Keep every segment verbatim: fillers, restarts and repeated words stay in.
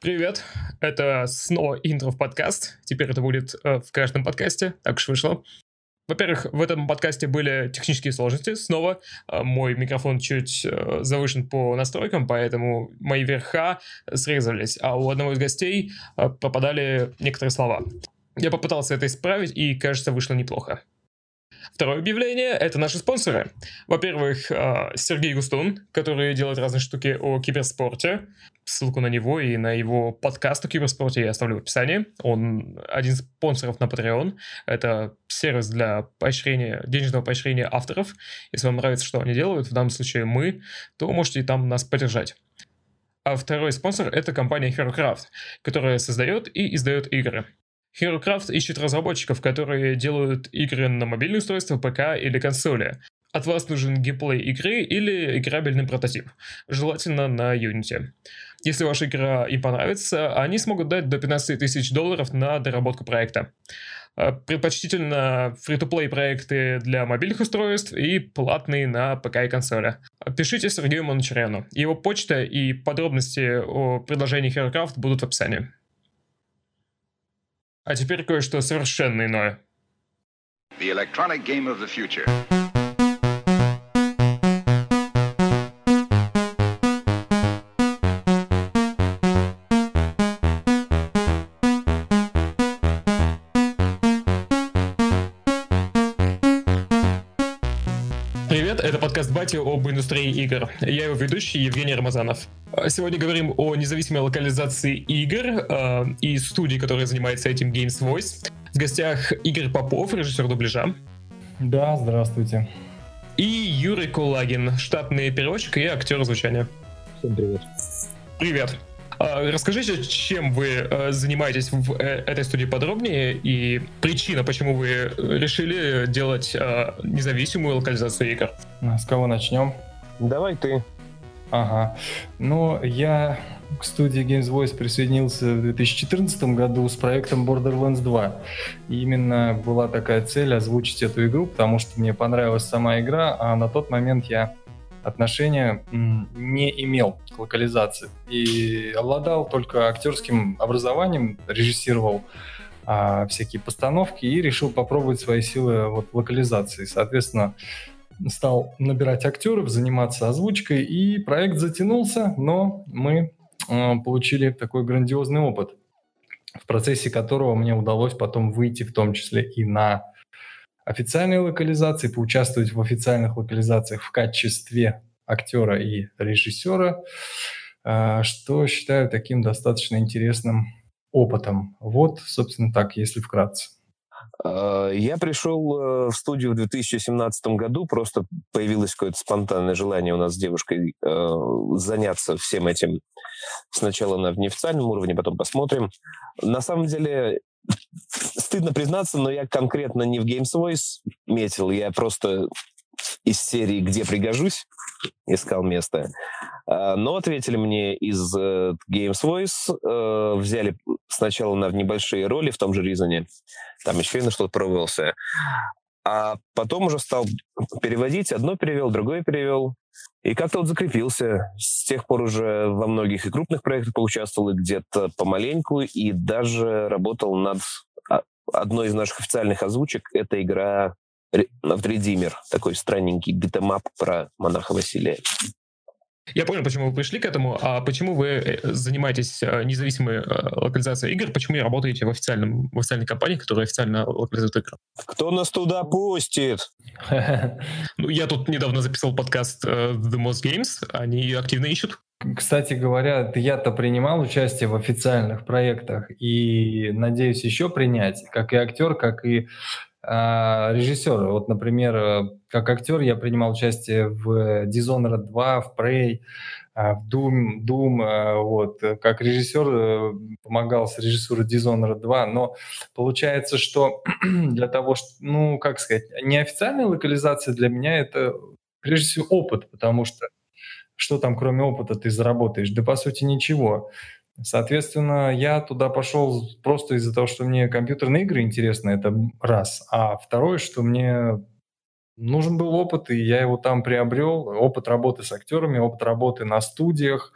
Привет, это снова интро в подкаст. Теперь это будет э, в каждом подкасте, так уж вышло. Во-первых, в этом подкасте были технические сложности. Снова э, мой микрофон чуть э, завышен по настройкам, поэтому мои верха срезались, а у одного из гостей э, пропадали некоторые слова. Я попытался это исправить, и, кажется, вышло неплохо. Второе объявление — это наши спонсоры. Во-первых, э, Сергей Густун, который делает разные штуки о киберспорте. Ссылку на него и на его подкаст о киберспорте я оставлю в описании. Он один из спонсоров на Patreon. Это сервис для поощрения, денежного поощрения авторов. Если вам нравится, что они делают, в данном случае мы, то можете там нас поддержать. А второй спонсор — это компания HeroCraft, которая создает и издает игры. HeroCraft ищет разработчиков, которые делают игры на мобильные устройства, ПК или консоли. От вас нужен геймплей игры или играбельный прототип, желательно на Unity. Если ваша игра им понравится, они смогут дать до пятнадцать тысяч долларов на доработку проекта. Предпочтительно фри-то-плей проекты для мобильных устройств и платные на ПК и консоли. Пишите Сергею Мончаряну. Его почта и подробности о предложении HeroCraft будут в описании. А теперь кое-что совершенно иное. The electronic game of the future. Привет, это подкаст Бати об индустрии игр. Я его ведущий Евгений Рамазанов. Сегодня говорим о независимой локализации игр э, и студии, которая занимается этим, Games Voice. В гостях Игорь Попов, режиссер дубляжа. Да, здравствуйте. И Юрий Кулагин, штатный переводчик и актер звучания. Всем привет. Привет. Расскажите, чем вы занимаетесь в этой студии подробнее и причина, почему вы решили делать независимую локализацию игр. С кого начнем? Давай ты. Ага. Ну, я к студии Games Voice присоединился в две тысячи четырнадцатом году с проектом Borderlands два. И именно была такая цель озвучить эту игру, потому что мне понравилась сама игра, а на тот момент я отношения не имел к локализации. И обладал только актерским образованием, режиссировал а, всякие постановки и решил попробовать свои силы вот, в локализации. Соответственно, стал набирать актеров, заниматься озвучкой, и проект затянулся, но мы э, получили такой грандиозный опыт, в процессе которого мне удалось потом выйти в том числе и на официальной локализации, поучаствовать в официальных локализациях в качестве актера и режиссера, э, что считаю таким достаточно интересным опытом. Вот, собственно, так, если вкратце. Я пришел в студию в две тысячи семнадцатом году, просто появилось какое-то спонтанное желание у нас с девушкой э, заняться всем этим сначала на неофициальном уровне, потом посмотрим. На самом деле, стыдно признаться, но я конкретно не в Games Voice метил, я просто из серии «Где пригожусь» искал место. Но ответили мне из Games Voice, взяли сначала на небольшие роли в том же Ризоне, там еще и на что-то пробовался, а потом уже стал переводить, одно перевел, другое перевел, и как-то вот закрепился. С тех пор уже во многих и крупных проектах поучаствовал, и где-то помаленьку, и даже работал над одной из наших официальных озвучек. Это игра Редимер, такой странненький битэмап про монаха Василия. Я понял, почему вы пришли к этому, а почему вы занимаетесь независимой локализацией игр, почему не работаете в, официальном, в официальной компании, которая официально локализует игры? Кто нас туда пустит? Ну, я тут недавно записал подкаст The Most Games, они активно ищут. Кстати говоря, я-то принимал участие в официальных проектах и надеюсь еще принять, как и актер, как и режиссер. Вот, например, как актер я принимал участие в Dishonored два, в Prey, в Doom, Doom. Вот. Как режиссер помогал с режиссурой Dishonored два, но получается, что для того, что, ну, как сказать, неофициальная локализация для меня — это прежде всего опыт, потому что что там кроме опыта ты заработаешь? Да, по сути, ничего. Соответственно, я туда пошел просто из-за того, что мне компьютерные игры интересны, это раз. А второе, что мне нужен был опыт, и я его там приобрел. Опыт работы с актерами, опыт работы на студиях,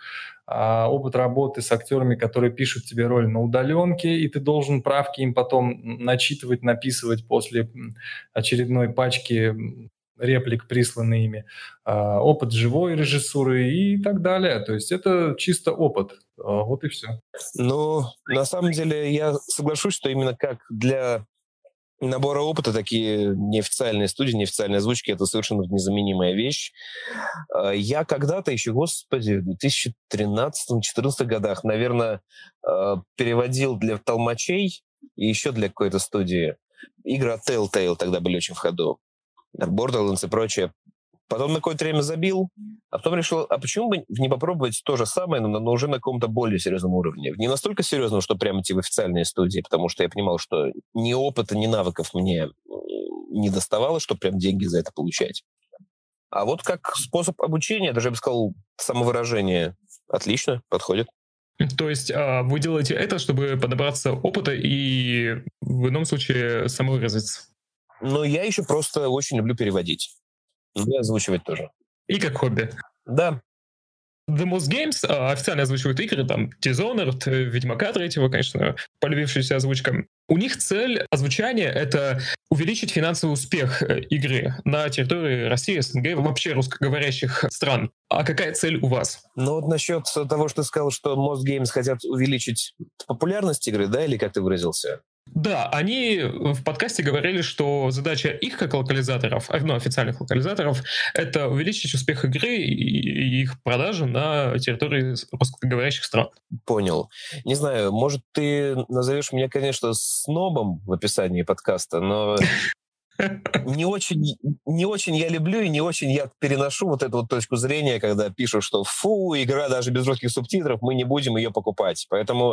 а, опыт работы с актерами, которые пишут тебе роль на удаленке, и ты должен правки им потом начитывать, написывать после очередной пачки реплик, присланные ими, а, опыт живой режиссуры и так далее. То есть это чисто опыт. А, вот и все. Ну, на самом деле, я соглашусь, что именно как для набора опыта такие неофициальные студии, неофициальные озвучки — это совершенно незаменимая вещь. А, Я когда-то еще, господи, в две тысячи тринадцатом-четырнадцатом годах, наверное, а, переводил для толмачей и еще для какой-то студии. Игры от Telltale тогда были очень в ходу. Borderlands и прочее. Потом на какое-то время забил, а потом решил, а почему бы не попробовать то же самое, но, но уже на каком-то более серьезном уровне. Не настолько серьезном, что прямо идти в официальные студии, потому что я понимал, что ни опыта, ни навыков мне не доставало, чтобы прям деньги за это получать. А вот как способ обучения, даже я бы сказал, самовыражение, отлично, подходит. То есть а, вы делаете это, чтобы подобраться опыта и в ином случае самовыразиться? Но я еще просто очень люблю переводить. Ну и озвучивать тоже. И как хобби? Да. The Most Games а, официально озвучивают игры, там, Dishonored, Ведьмака третьего, конечно, полюбившаяся озвучка. У них цель озвучания — это увеличить финансовый успех игры на территории России, СНГ, вообще русскоговорящих стран. А какая цель у вас? Ну вот насчет того, что ты сказал, что Most Games хотят увеличить популярность игры, да, или как ты выразился? Да, они в подкасте говорили, что задача их как локализаторов, ну, официальных локализаторов, это увеличить успех игры и их продажи на территории русскоговорящих стран. Понял. Не знаю, может, ты назовешь меня, конечно, снобом в описании подкаста, но не очень, не очень я люблю и не очень я переношу вот эту вот точку зрения, когда пишут, что фу, игра даже без русских субтитров, мы не будем ее покупать. Поэтому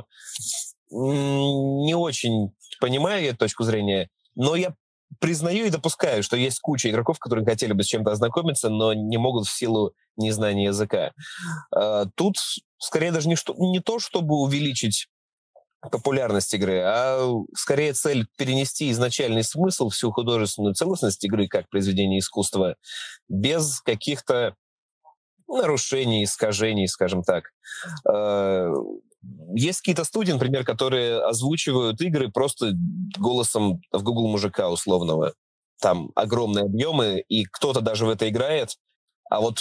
не очень понимаю я эту точку зрения, но я признаю и допускаю, что есть куча игроков, которые хотели бы с чем-то ознакомиться, но не могут в силу незнания языка. Тут скорее даже не, что, не то, чтобы увеличить популярность игры, а скорее цель перенести изначальный смысл, всю художественную целостность игры как произведение искусства без каких-то нарушений, искажений, скажем так. Есть какие-то студии, например, которые озвучивают игры просто голосом в Google мужика условного. Там огромные объемы, и кто-то даже в это играет. А вот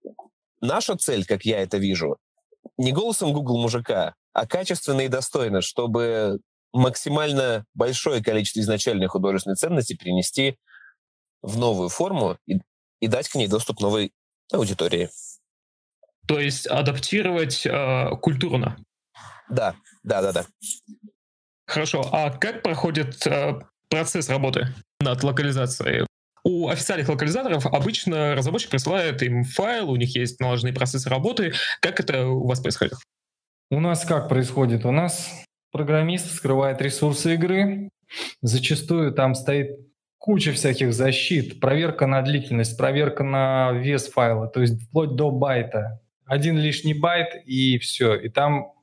наша цель, как я это вижу, не голосом Google мужика, а качественно и достойно, чтобы максимально большое количество изначальной художественной ценности перенести в новую форму и, и дать к ней доступ новой аудитории. То есть адаптировать э, культурно? Да, да, да, да. Хорошо. А как проходит э, процесс работы над локализацией? У официальных локализаторов обычно разработчик присылает им файл, у них есть налаженные процессы работы. Как это у вас происходит? У нас как происходит? У нас программист вскрывает ресурсы игры. Зачастую там стоит куча всяких защит, проверка на длительность, проверка на вес файла, то есть вплоть до байта. Один лишний байт и все. И там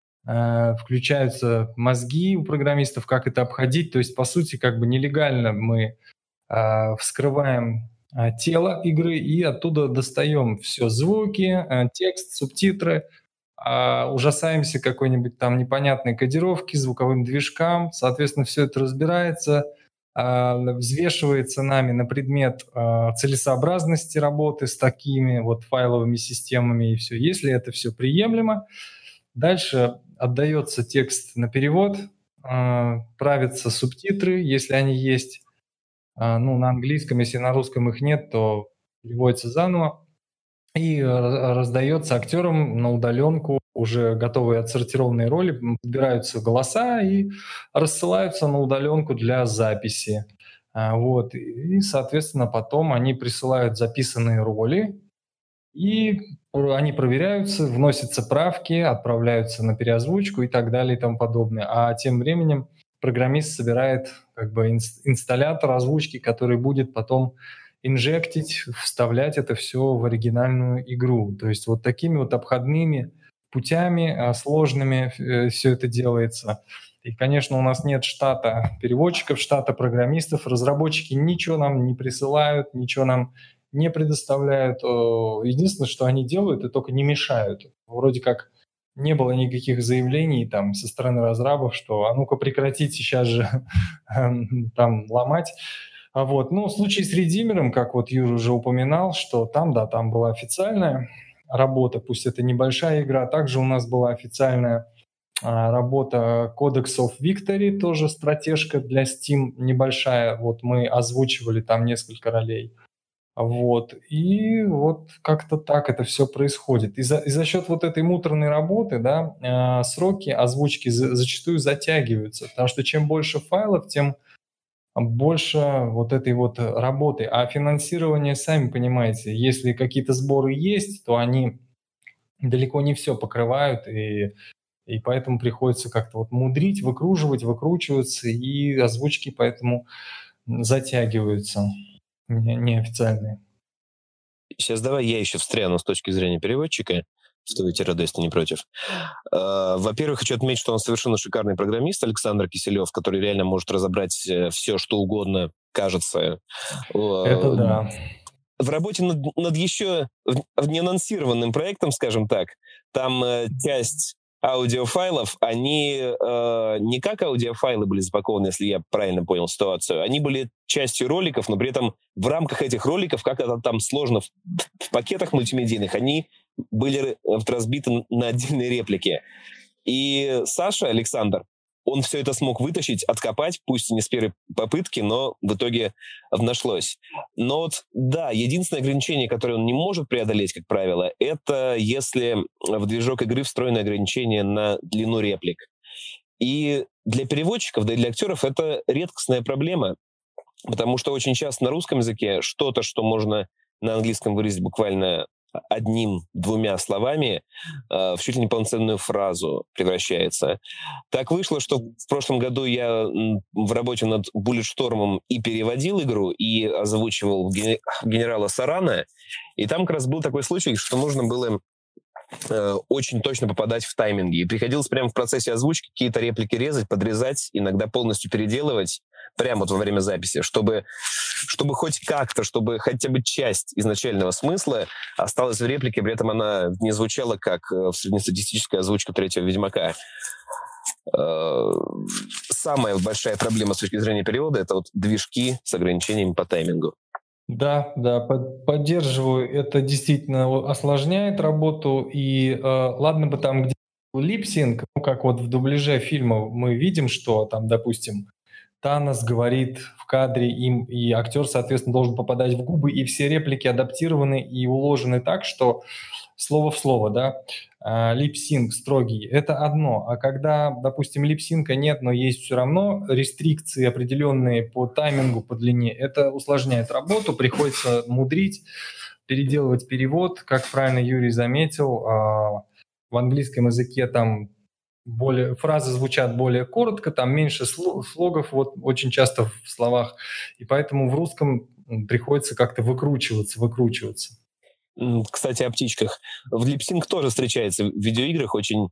э, включаются мозги у программистов, как это обходить. То есть, по сути, как бы нелегально мы э, вскрываем э, тело игры и оттуда достаем все: звуки, э, текст, субтитры. Uh, ужасаемся какой-нибудь там непонятной кодировки, звуковым движкам. Соответственно, все это разбирается, uh, взвешивается нами на предмет uh, целесообразности работы с такими вот файловыми системами и все. Если это все приемлемо, дальше отдается текст на перевод, uh, правятся субтитры, если они есть. Uh, ну, на английском, если на русском их нет, то переводится заново. И раздается актерам на удаленку уже готовые отсортированные роли, подбираются голоса и рассылаются на удаленку для записи. Вот. И, соответственно, потом они присылают записанные роли, и они проверяются, вносятся правки, отправляются на переозвучку и так далее и тому подобное. А тем временем программист собирает как бы инсталлятор озвучки, который будет потом инжектить, вставлять это все в оригинальную игру. То есть вот такими вот обходными путями сложными все это делается. И, конечно, у нас нет штата переводчиков, штата программистов. Разработчики ничего нам не присылают, ничего нам не предоставляют. Единственное, что они делают, это только не мешают. Вроде как не было никаких заявлений там со стороны разрабов, что а ну-ка прекратите сейчас же там ломать. А вот, ну, в случае с Redeemer, как вот Юра уже упоминал, что там, да, там была официальная работа, пусть это небольшая игра, также у нас была официальная а, работа Codex of Victory, тоже стратежка для Steam небольшая, вот мы озвучивали там несколько ролей. Вот, и вот как-то так это все происходит. И за, и за счет вот этой муторной работы, да, э, сроки озвучки за, зачастую затягиваются, потому что чем больше файлов, тем больше вот этой вот работы. А финансирование, сами понимаете, если какие-то сборы есть, то они далеко не все покрывают, и, и поэтому приходится как-то вот мудрить, выкруживать, выкручиваться, и озвучки поэтому затягиваются не- неофициальные. Сейчас давай я еще встряну с точки зрения переводчика, что вы тире, если не против. Э, Во-первых, хочу отметить, что он совершенно шикарный программист, Александр Киселев, который реально может разобрать все, что угодно, кажется. Это Э, да. В работе над, над еще в- в неанонсированным проектом, скажем так, там э, часть аудиофайлов, они э, не как аудиофайлы были запакованы, если я правильно понял ситуацию, они были частью роликов, но при этом в рамках этих роликов, как это там сложно в, в пакетах мультимедийных, они были вот разбиты на отдельные реплики. И Саша, Александр, он все это смог вытащить, откопать, пусть и не с первой попытки, но в итоге нашлось. Но вот, да, единственное ограничение, которое он не может преодолеть, как правило, это если в движок игры встроено ограничение на длину реплик. И для переводчиков, да и для актеров это редкостная проблема, потому что очень часто на русском языке что-то, что можно на английском выразить буквально одним-двумя словами, э, в чуть ли не полноценную фразу превращается. Так вышло, что в прошлом году я м, в работе над Bulletstorm и переводил игру, и озвучивал ге- генерала Сарана, и там как раз был такой случай, что нужно было э, очень точно попадать в тайминги. И приходилось прямо в процессе озвучки какие-то реплики резать, подрезать, иногда полностью переделывать, прямо вот во время записи, чтобы, чтобы хоть как-то, чтобы хотя бы часть изначального смысла осталась в реплике, при этом она не звучала как э, в среднестатистической озвучке третьего «Ведьмака». Э, Самая большая проблема с точки зрения перевода — это вот движки с ограничениями по таймингу. Да, да, под- поддерживаю. Это действительно о- осложняет работу. И э, ладно бы там, где липсинг, ну, как вот в дубляже фильма мы видим, что там, допустим, Танос говорит в кадре им, и актер, соответственно, должен попадать в губы, и все реплики адаптированы и уложены так, что слово в слово, да, а, липсинг строгий, это одно. А когда, допустим, липсинка нет, но есть все равно рестрикции определенные по таймингу, по длине, это усложняет работу, приходится мудрить, переделывать перевод, как правильно Юрий заметил, а, в английском языке там более, фразы звучат более коротко, там меньше сло- слогов вот очень часто в словах, и поэтому в русском м, приходится как-то выкручиваться, выкручиваться. М, Кстати, о птичках. В липсинг тоже встречается в видеоиграх очень...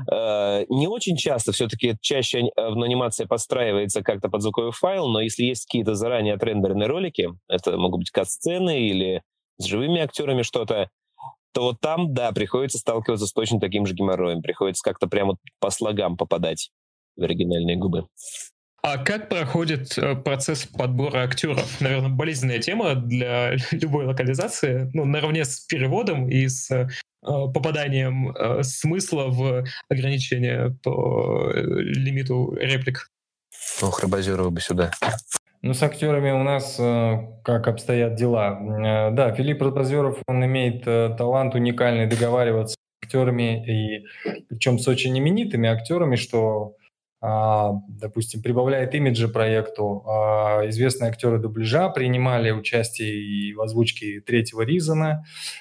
э, не очень часто, все-таки чаще ани- э, анимация подстраивается как-то под звуковой файл, но если есть какие-то заранее отрендеренные ролики, это могут быть кат-сцены или с живыми актерами что-то, то вот там, да, приходится сталкиваться с точно таким же геморроем. Приходится как-то прямо по слогам попадать в оригинальные губы. А как проходит э, процесс подбора актеров? Наверное, болезненная тема для любой локализации, ну, наравне с переводом и с э, попаданием э, смысла в ограничение по э, лимиту реплик. Ох, Рыбозерова бы сюда. Ну, с актерами у нас э, как обстоят дела. Э, да, Филипп Ротозеров, он имеет э, талант уникальный договариваться с актерами, и причем с очень именитыми актерами, что, а, допустим, прибавляет имиджа проекту. А, известные актеры дубляжа принимали участие и в озвучке третьего Ризана,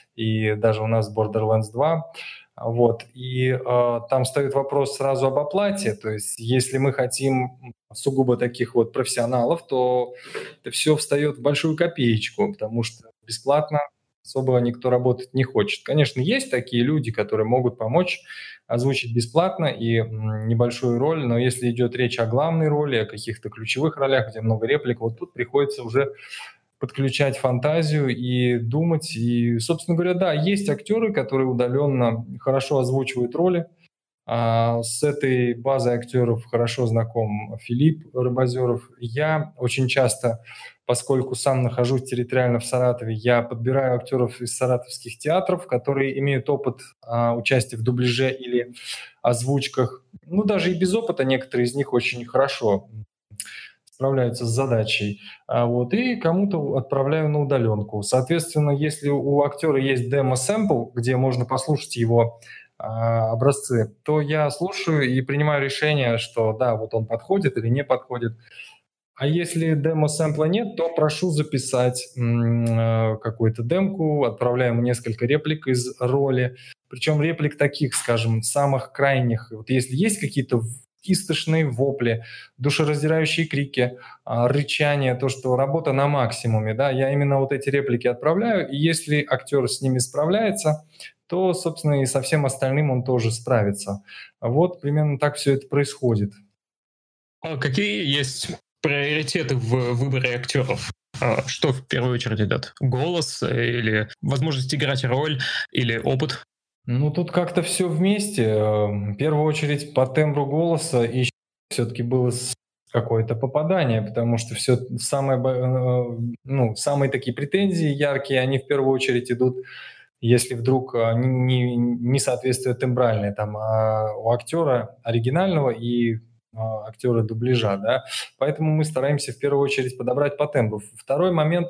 и даже у нас Borderlands два. Вот. И э, там встает вопрос сразу об оплате. То есть если мы хотим сугубо таких вот профессионалов, то это все встает в большую копеечку, потому что бесплатно особо никто работать не хочет. Конечно, есть такие люди, которые могут помочь озвучить бесплатно и м, небольшую роль, но если идет речь о главной роли, о каких-то ключевых ролях, где много реплик, вот тут приходится уже подключать фантазию и думать. И, собственно говоря, да, есть актеры, которые удаленно хорошо озвучивают роли. А, с этой базой актеров хорошо знаком Филипп Рыбозеров. Я очень часто, поскольку сам нахожусь территориально в Саратове, я подбираю актеров из саратовских театров, которые имеют опыт а, участия в дубляже или озвучках. Ну, даже и без опыта некоторые из них очень хорошо справляются с задачей. А, вот, и кому-то отправляю на удаленку. Соответственно, если у актера есть демо-сэмпл, где можно послушать его а, образцы, то я слушаю и принимаю решение, что да, вот он подходит или не подходит. А если демо-сэмпла нет, то прошу записать м, э, какую-то демку, отправляю ему несколько реплик из роли. Причем реплик таких, скажем, самых крайних. Вот если есть какие-то в- истошные вопли, душераздирающие крики, а, рычание, то, что работа на максимуме, да, я именно вот эти реплики отправляю, и если актер с ними справляется, то, собственно, и со всем остальным он тоже справится. Вот примерно так все это происходит. А какие есть приоритеты в выборе актеров? А, Что в первую очередь идет? Голос э, или возможность играть роль или опыт? Ну, тут как-то все вместе. Э, В первую очередь по тембру голоса и все-таки было с- какое-то попадание, потому что все самые, бо- э, ну, самые такие претензии яркие, они в первую очередь идут, если вдруг э, не, не- не соответствие тембральное там а у актера оригинального и а, актера дубляжа, да. Поэтому мы стараемся в первую очередь подобрать по тембру. Второй момент —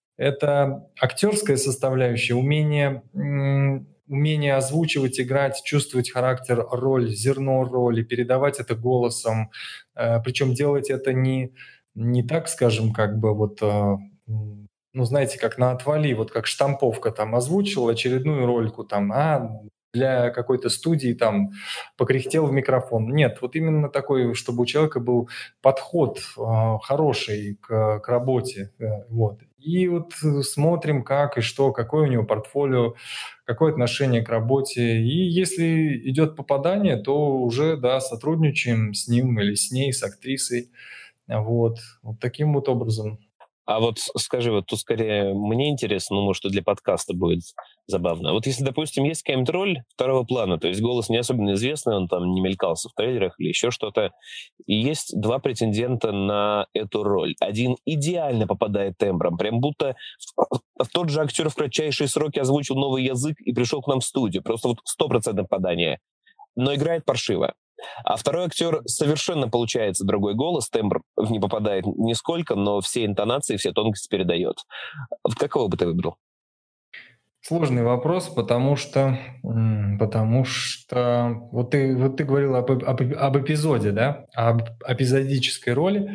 это актерская составляющая, умение, м, умение озвучивать, играть, чувствовать характер, роль, зерно роли, передавать это голосом. Э, причем делать это не, не так, скажем, как бы вот, э, м, ну, знаете, как на отвали, вот как штамповка там озвучил очередную рольку там, а для какой-то студии там покряхтел в микрофон. Нет, вот именно такой, чтобы у человека был подход э, хороший к, к работе. э, вот. И вот э, смотрим, как и что, какое у него портфолио, какое отношение к работе. И если идет попадание, то уже, да, сотрудничаем с ним или с ней, с актрисой. Вот, вот таким вот образом. А вот с- скажи, вот тут скорее мне интересно, ну, может, и для подкаста будет забавно. Вот если, допустим, есть какая-нибудь роль второго плана, то есть голос не особенно известный, он там не мелькался в трейлерах или еще что-то, и есть два претендента на эту роль. Один идеально попадает тембром, прям будто в- тот же актер в кратчайшие сроки озвучил новый язык и пришел к нам в студию. Просто вот стопроцентное попадание, но играет паршиво. А второй актер совершенно получается другой голос, тембр не попадает нисколько, но все интонации, все тонкости передает. Вот какого бы ты выбрал? Сложный вопрос, потому что, м, потому что вот ты, вот ты говорил об, об, об эпизоде, да, об эпизодической роли.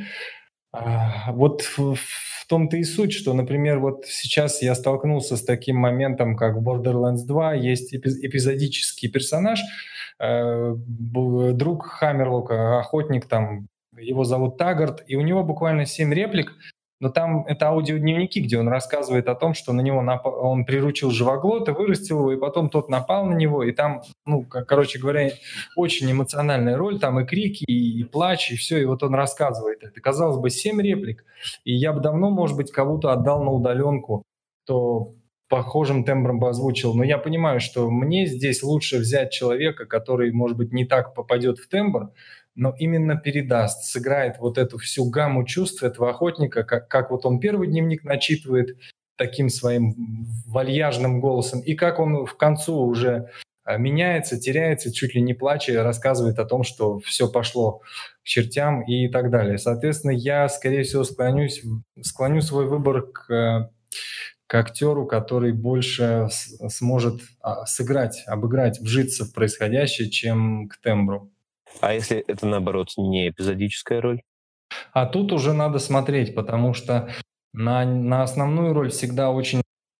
А, вот в, в том-то и суть, что, например, вот сейчас я столкнулся с таким моментом, как в Borderlands два есть эпи- эпизодический персонаж, э, б- друг Хаммерлока, охотник там, его зовут Таггарт, и у него буквально семь реплик, но там это аудиодневники, где он рассказывает о том, что на него напа- он приручил живоглота, вырастил его, и потом тот напал на него, и там, ну, как- короче говоря, очень эмоциональная роль, там и крики, и, и плач, и все, и вот он рассказывает это. Казалось бы, семь реплик, и я бы давно, может быть, кого-то отдал на удаленку, кто похожим тембром бы озвучил, но я понимаю, что мне здесь лучше взять человека, который, может быть, не так попадет в тембр, но именно передаст, сыграет вот эту всю гамму чувств этого охотника, как, как вот он первый дневник начитывает таким своим вальяжным голосом, и как он в концу уже а, меняется, теряется, чуть ли не плача, рассказывает о том, что все пошло к чертям и так далее. Соответственно, я, скорее всего, склонюсь, склоню свой выбор к, э, к актеру, который больше с- сможет а, сыграть, обыграть, вжиться в происходящее, чем к тембру. А если это, наоборот, не эпизодическая роль? А тут уже надо смотреть, потому что на, на основную роль всегда очень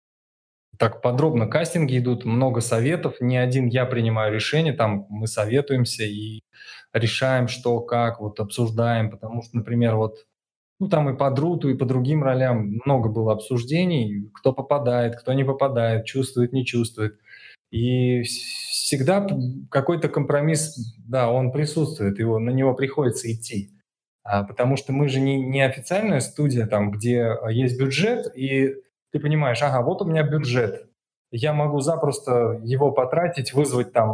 так подробно кастинги идут, много советов, не один я принимаю решение, там мы советуемся и решаем, что, как, вот обсуждаем, потому что, например, вот, ну там и по Друту, и по другим ролям много было обсуждений, кто попадает, кто не попадает, чувствует, не чувствует. И вс- всегда п- какой-то компромисс, да, он присутствует, его, на него приходится идти. А, потому что мы же не, не официальная студия, там, где а, есть бюджет, и ты понимаешь, ага, вот у меня бюджет, я могу запросто его потратить, вызвать там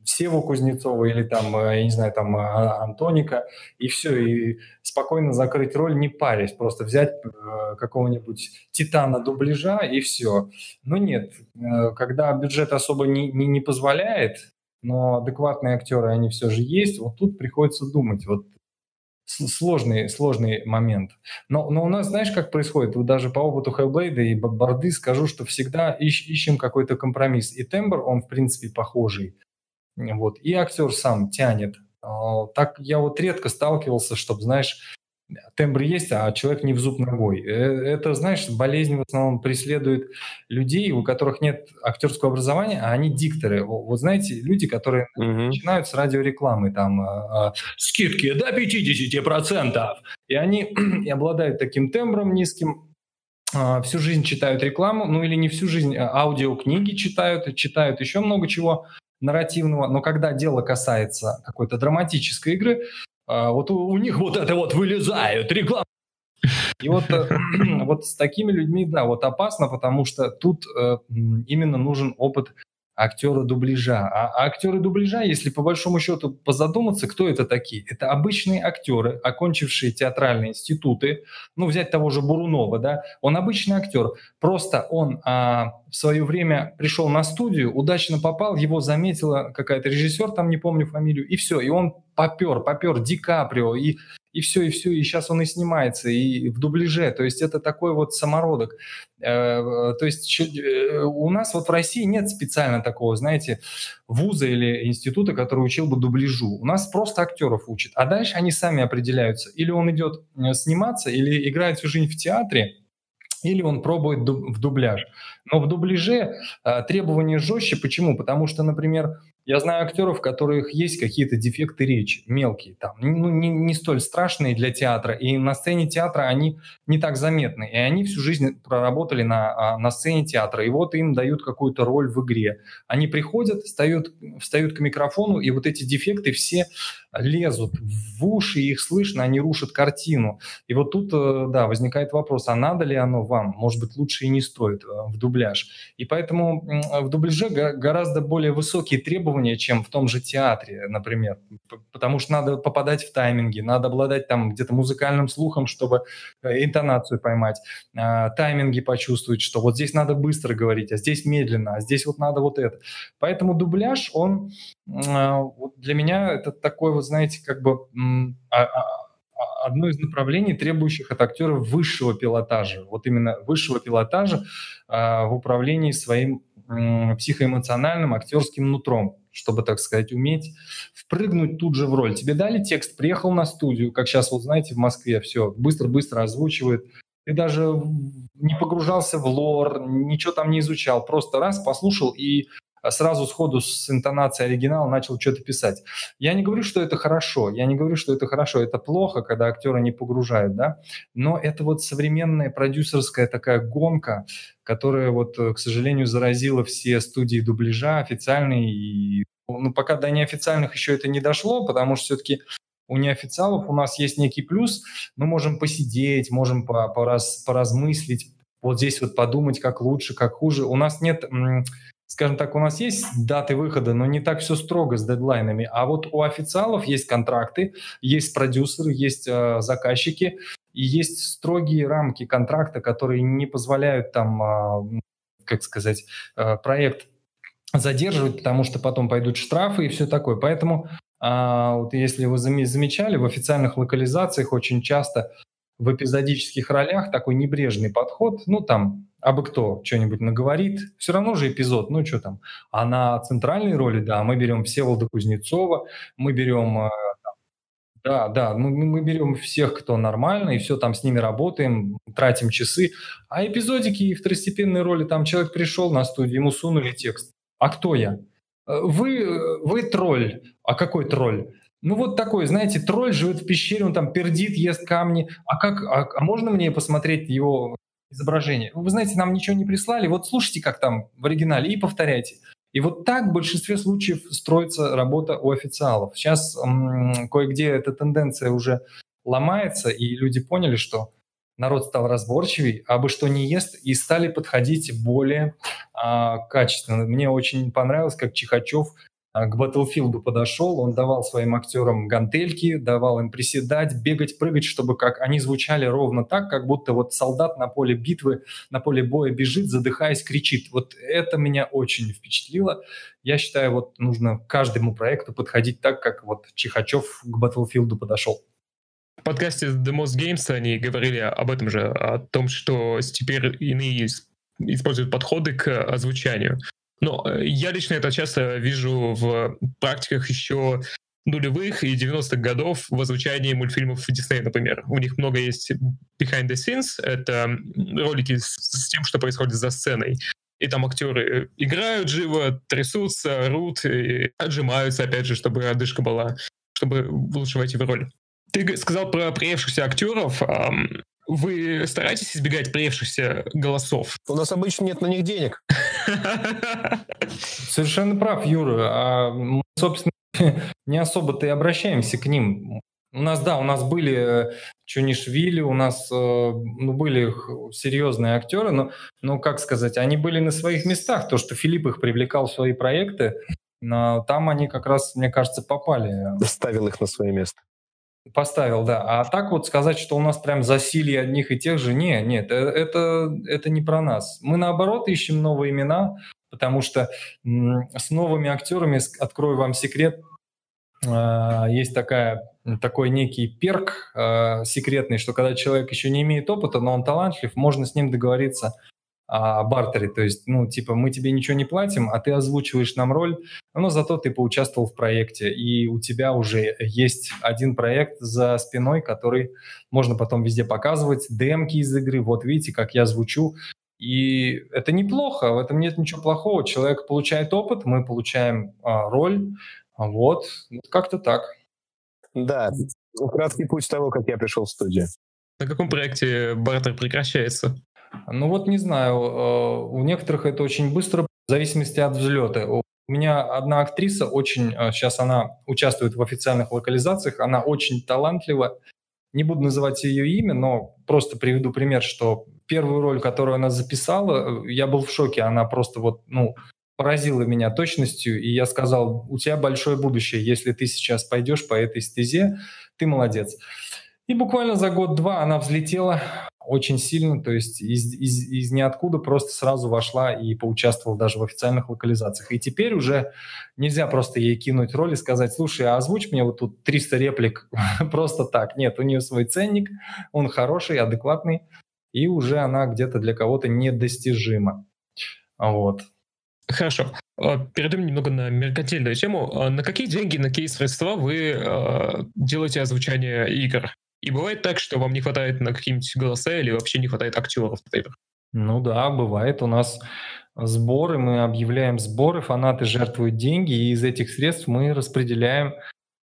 Севу Кузнецова или там, э, я не знаю, там а, Антоника, и все, и спокойно закрыть роль, не парясь, просто взять э, какого-нибудь титана дубляжа и все. Но нет, э, когда бюджет особо не, не, не позволяет, но адекватные актеры, они все же есть, вот тут приходится думать. Вот с- сложный, сложный момент. Но, но у нас, знаешь, как происходит? Вот даже по опыту Hellblade и Б- Борды скажу, что всегда ищ- ищем какой-то компромисс. И тембр, он, в принципе, похожий. Вот. И актер сам тянет. А, Так я вот редко сталкивался, чтобы, знаешь, тембр есть, а человек не в зуб ногой. Э, Это, знаешь, болезнь в основном преследует людей, у которых нет актерского образования, а они дикторы. Во- Вот знаете, люди, которые Мгм. начинают с радиорекламы, там, а, а, скидки до пятьдесят процентов. И они и обладают таким тембром низким, а, всю жизнь читают рекламу, ну или не всю жизнь, а аудиокниги читают, и читают еще много чего нарративного, но когда дело касается какой-то драматической игры, а, вот у, у них вот это вот вылезает реклама. И вот, э, вот с такими людьми, да, вот опасно, потому что тут э, м, именно нужен опыт актера дубляжа. А, а актеры дубляжа, если по большому счету позадуматься, кто это такие? Это обычные актеры, окончившие театральные институты. Ну, взять того же Бурунова, да, он обычный актер. Просто он а, в свое время пришел на студию, удачно попал, его заметила какая-то режиссер, там не помню фамилию, и все, и он попер, попер Ди Каприо, и и все, и все, и сейчас он и снимается, и в дубляже. То есть это такой вот самородок. Э, То есть чё- э, у нас вот в России нет специально такого, знаете, вуза или института, который учил бы дубляжу. У нас просто актеров учат. А дальше они сами определяются. Или он идет э, сниматься, или играет всю жизнь в театре, или он пробует ду- в дубляж. Но в дубляже а, требования жестче. Почему? Потому что, например, я знаю актеров, у которых есть какие-то дефекты речи, мелкие, там, ну, не, не столь страшные для театра, и на сцене театра они не так заметны, и они всю жизнь проработали на, а, на сцене театра, и вот им дают какую-то роль в игре. Они приходят, встают, встают к микрофону, и вот эти дефекты все лезут в уши, их слышно, они рушат картину. И вот тут, э, да, возникает вопрос, а надо ли оно вам? Может быть, лучше и не стоит э, в дубляж. И поэтому м, в дубляже га- гораздо более высокие требования, чем в том же театре, например. П- Потому что надо попадать в тайминги, надо обладать там где-то музыкальным слухом, чтобы э, интонацию поймать, а, тайминги почувствовать, что вот здесь надо быстро говорить, а здесь медленно, а здесь вот надо вот это. Поэтому дубляж, он а, вот для меня это такой вот, знаете, как бы м, а- а- а- одно из направлений, требующих от актера высшего пилотажа. Вот именно высшего пилотажа а, в управлении своим м, психоэмоциональным актерским нутром, чтобы, так сказать, уметь впрыгнуть тут же в роль. Тебе дали текст, приехал на студию, как сейчас, вот знаете, в Москве все быстро-быстро озвучивает. Ты даже в- не погружался в лор, ничего там не изучал, просто раз послушал и а сразу сходу с интонацией оригинала начал что-то писать. Я не говорю, что это хорошо, я не говорю, что это хорошо, это плохо, когда актера не погружают, да, но это вот современная продюсерская такая гонка, которая вот, э, к сожалению, заразила все студии дубляжа официальные, и, ну, пока до неофициальных еще это не дошло, потому что все-таки у неофициалов у нас есть некий плюс, мы можем посидеть, можем по- пораз- поразмыслить, вот здесь вот подумать, как лучше, как хуже. У нас нет, м, скажем так, у нас есть даты выхода, но не так все строго с дедлайнами. А вот у официалов есть контракты, есть продюсеры, есть э, заказчики, и есть строгие рамки контракта, которые не позволяют там, а, м, как сказать, э, проект задерживать, потому что потом пойдут штрафы и все такое. Поэтому, а, вот если вы заме- замечали, в официальных локализациях очень часто в эпизодических ролях такой небрежный подход, ну там, абы кто что-нибудь наговорит, все равно же эпизод, ну что там. А на центральной роли, да, мы берем Всеволода Кузнецова, мы берем, э, да, да, мы, мы мы берем всех, кто нормально, и все там с ними работаем, тратим часы. А эпизодики и второстепенные роли, там человек пришел на студию, ему сунули текст. А кто я? Э, Вы, э, вы тролль. А какой тролль? Ну вот такой, знаете, тролль живет в пещере, он там пердит, ест камни. А как, а, а можно мне посмотреть его изображение? Вы знаете, нам ничего не прислали, вот слушайте, как там в оригинале, и повторяйте. И вот так в большинстве случаев строится работа у официалов. Сейчас м, кое-где эта тенденция уже ломается, и люди поняли, что народ стал разборчивей, а бы что не ест, и стали подходить более а, качественно. Мне очень понравилось, как Чихачев к Battlefield подошел, он давал своим актерам гантельки, давал им приседать, бегать, прыгать, чтобы как они звучали ровно так, как будто вот солдат на поле битвы, на поле боя бежит, задыхаясь, кричит. Вот это меня очень впечатлило. Я считаю, вот нужно к каждому проекту подходить так, как вот Чихачев к Battlefield подошел. В подкасте The Most Games они говорили об этом же, о том, что теперь иные используют подходы к озвучанию. Но я лично это часто вижу в практиках еще нулевых и девяностых годов в озвучании мультфильмов Disney, например. У них много есть behind the scenes, это ролики с, с тем, что происходит за сценой. И там актеры играют живо, трясутся, орут, и отжимаются, опять же, чтобы одышка была, чтобы лучше войти в роль. Ты сказал про приевшихся актеров. Вы стараетесь избегать приевшихся голосов? У нас обычно нет на них денег. Совершенно прав, Юра. А мы, собственно, не особо-то и обращаемся к ним. У нас, да, у нас были Чунишвили, у нас ну, были серьезные актеры, но, ну, как сказать, они были на своих местах. То, что Филипп их привлекал в свои проекты, там они как раз, мне кажется, попали. Ставил их на свое место. Поставил, да. А так вот сказать, что у нас прям засилье одних и тех же, не, нет, это, это не про нас. Мы, наоборот, ищем новые имена, потому что м- с новыми актерами, открою вам секрет, э- есть такая, такой некий перк э- секретный, что когда человек еще не имеет опыта, но он талантлив, можно с ним договориться о бартере, то есть, ну, типа, мы тебе ничего не платим, а ты озвучиваешь нам роль, но зато ты поучаствовал в проекте, и у тебя уже есть один проект за спиной, который можно потом везде показывать, демки из игры, вот видите, как я звучу, и это неплохо, в этом нет ничего плохого, человек получает опыт, мы получаем а, роль, вот, как-то так. Да, краткий путь того, как я пришел в студию. На каком проекте бартер прекращается? Ну вот не знаю, у некоторых это очень быстро, в зависимости от взлета. У меня одна актриса очень, сейчас она участвует в официальных локализациях, она очень талантлива. Не буду называть ее имя, но просто приведу пример, что первую роль, которую она записала, я был в шоке, она просто вот, ну, поразила меня точностью, и я сказал, у тебя большое будущее, если ты сейчас пойдешь по этой стезе, ты молодец. И буквально за год-два она взлетела очень сильно, то есть из, из, из ниоткуда просто сразу вошла и поучаствовала даже в официальных локализациях. И теперь уже нельзя просто ей кинуть роль и сказать, слушай, а озвучь мне вот тут триста реплик просто так. Нет, у нее свой ценник, он хороший, адекватный, и уже она где-то для кого-то недостижима. Вот. Хорошо. Перейдем немного на меркантильную тему. На какие деньги, на какие средства вы делаете озвучание игр? И бывает так, что вам не хватает на какие-нибудь голоса или вообще не хватает актеров в играх? Ну да, бывает. У нас сборы, мы объявляем сборы, фанаты жертвуют деньги, и из этих средств мы распределяем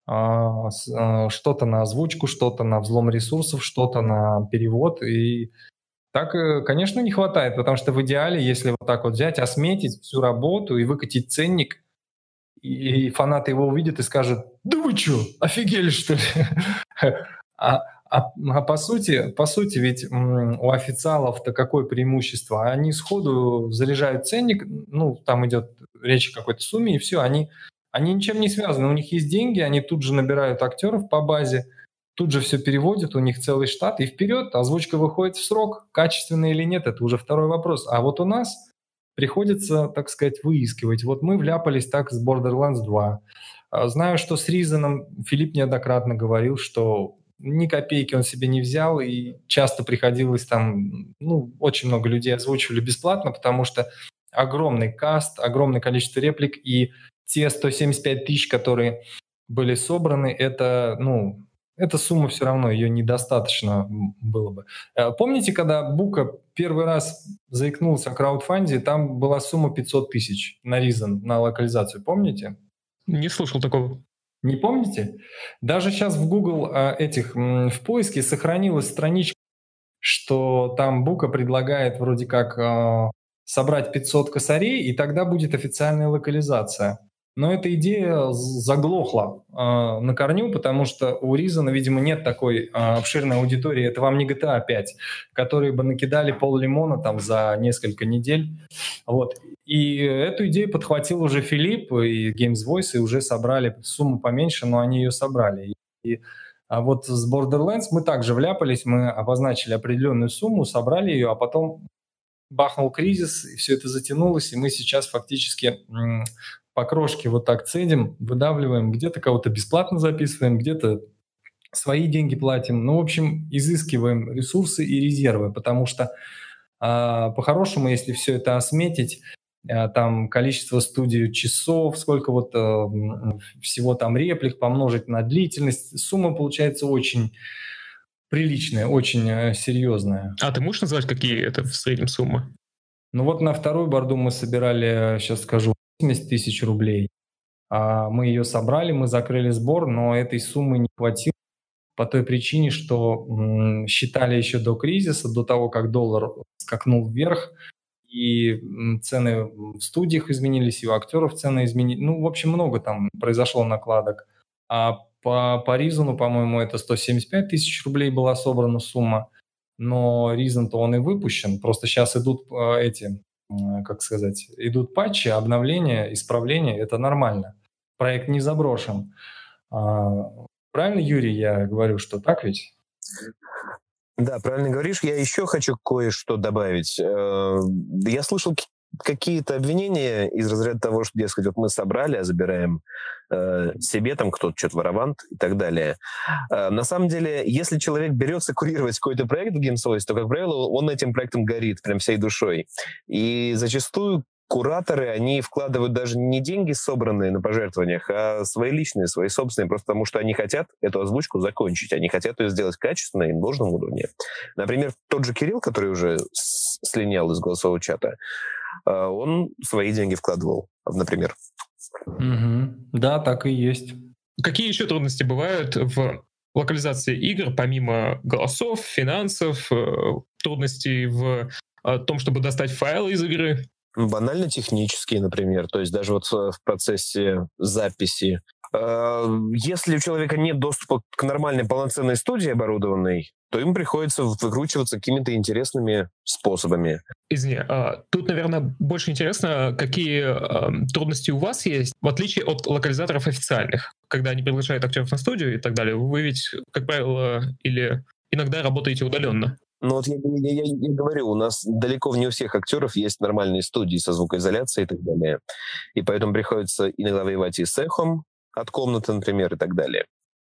а, с, а, что-то на озвучку, что-то на взлом ресурсов, что-то на перевод. И так, конечно, не хватает, потому что в идеале, если вот так вот взять, осметить всю работу и выкатить ценник, и, и фанаты его увидят и скажут, да вы что, офигели что ли? А, а, а по сути, по сути, ведь м, у официалов-то какое преимущество? Они сходу заряжают ценник, ну, там идет речь о какой-то сумме, и все, они, они ничем не связаны. У них есть деньги, они тут же набирают актеров по базе, тут же все переводят, у них целый штат, и вперед, озвучка выходит в срок, качественно или нет, это уже второй вопрос. А вот у нас приходится, так сказать, выискивать. Вот мы вляпались так с Borderlands два. Знаю, что с Reason Филипп неоднократно говорил, что ни копейки он себе не взял, и часто приходилось там, ну, очень много людей озвучивали бесплатно, потому что огромный каст, огромное количество реплик, и те сто семьдесят пять тысяч, которые были собраны, это, ну, эта сумма все равно, ее недостаточно было бы. Помните, когда Бука первый раз заикнулся о краудфанде, там была сумма пятьсот тысяч на Reason, на локализацию, помните? Не слышал такого. Не помните? Даже сейчас в Google а, этих м, в поиске сохранилась страничка, что там Бука предлагает вроде как а, собрать пятьсот косарей, и тогда будет официальная локализация. Но эта идея заглохла э, на корню, потому что у Reason, видимо, нет такой э, обширной аудитории. Это вам не джи ти эй пять, которые бы накидали пол-лимона там за несколько недель. Вот. И эту идею подхватил уже Филипп и Games Voice, и уже собрали сумму поменьше, но они ее собрали. И а вот с Borderlands мы также вляпались, мы обозначили определенную сумму, собрали ее, а потом бахнул кризис, и все это затянулось, и мы сейчас фактически м, по крошке вот так цедим, выдавливаем, где-то кого-то бесплатно записываем, где-то свои деньги платим. Ну, в общем, изыскиваем ресурсы и резервы, потому что а, по-хорошему, если все это осметить, а, там количество студий часов, сколько вот а, всего там реплик помножить на длительность, сумма получается очень приличная, очень а, серьезная. А ты можешь назвать, какие это в среднем суммы? Ну вот на вторую борду мы собирали, сейчас скажу, восемьдесят тысяч рублей. А мы ее собрали, мы закрыли сбор, но этой суммы не хватило по той причине, что м, считали еще до кризиса, до того, как доллар скакнул вверх, и м, цены в студиях изменились, и у актеров цены изменились. Ну, в общем, много там произошло накладок. А по, по Reason, по-моему, это сто семьдесят пять тысяч рублей была собрана сумма, но Reason-то он и выпущен. Просто сейчас идут э, эти, э, как сказать, идут патчи, обновления, исправления, это нормально. Проект не заброшен. А, правильно, Юрий, я говорю, что так ведь? Да, правильно говоришь. Я еще хочу кое-что добавить. Э, Я слышал к- какие-то обвинения из разряда того, что, дескать, вот мы собрали, а забираем э, себе, там кто-то что-то воровант и так далее. Э, На самом деле, если человек берется курировать какой-то проект в GamesVoice, то, как правило, он этим проектом горит прям всей душой. И зачастую кураторы, они вкладывают даже не деньги, собранные на пожертвованиях, а свои личные, свои собственные, просто потому что они хотят эту озвучку закончить, они хотят ее сделать качественно и на должном уровне. Например, тот же Кирилл, который уже с- слинял из голосового чата, э, он свои деньги вкладывал, например. Мгм. Да, так и есть. Какие еще трудности бывают в локализации игр, помимо голосов, финансов, э, трудностей в э, том, чтобы достать файлы из игры? Банально технические, например, то есть даже вот э, в процессе записи. Э, Если у человека нет доступа к нормальной полноценной студии оборудованной, то им приходится выкручиваться какими-то интересными способами. Извини, а, тут, наверное, больше интересно, какие ам, трудности у вас есть, в отличие от локализаторов официальных, когда они приглашают актеров на студию и так далее. Вы ведь, как правило, или иногда работаете удаленно. Ну вот я, я- я- я говорю, у нас далеко не у всех актеров есть нормальные студии со звукоизоляцией и так далее. И поэтому приходится иногда воевать и с эхом от комнаты, например, и так далее.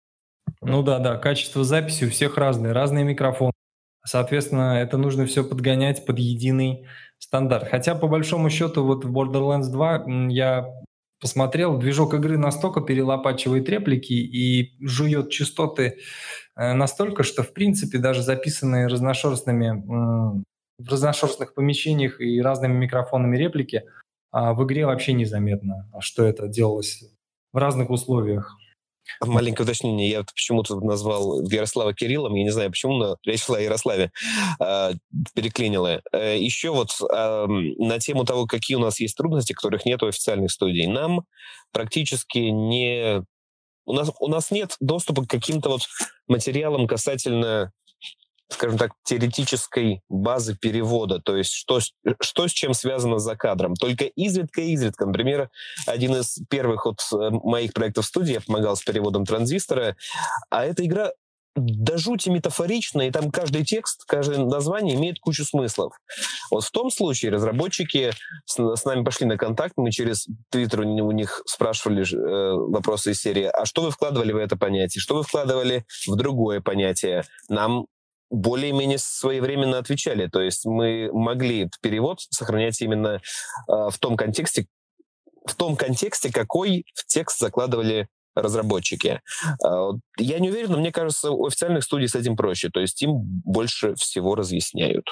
Ну да, да, качество записи у всех разное, разные микрофоны. Соответственно, это нужно все подгонять под единый стандарт. Хотя, по большому счету, вот в Borderlands два м, я посмотрел, движок игры настолько перелопачивает реплики и жует частоты э, настолько, что, в принципе, даже записанные разношерстными, м, в разношерстных помещениях и разными микрофонами реплики а, в игре вообще незаметно, что это делалось в разных условиях. Маленькое уточнение. Я вот почему-то назвал Ярослава Кириллом. Я не знаю, почему, но речь шла о Ярославе. Э, переклинило. Э, еще вот э, на тему того, какие у нас есть трудности, которых нет у официальных студий. Нам практически не... У нас, у нас нет доступа к каким-то вот материалам касательно, скажем так, теоретической базы перевода, то есть что, с- что с чем связано за кадром. Только изредка-изредка, например, один из первых вот э, моих проектов в студии, я помогал с переводом «Транзистора», а эта игра до жути метафорична, и там каждый текст, каждое название имеет кучу смыслов. Вот в том случае разработчики с, с нами пошли на контакт, мы через Твиттер у них- у них спрашивали э, вопросы из серии, а что вы вкладывали в это понятие, что вы вкладывали в другое понятие. Нам более-менее своевременно отвечали. То есть мы могли перевод сохранять именно э, в том контексте, в том контексте, какой в текст закладывали разработчики. Э, вот я не уверен, но мне кажется, у официальных студий с этим проще. То есть им больше всего разъясняют.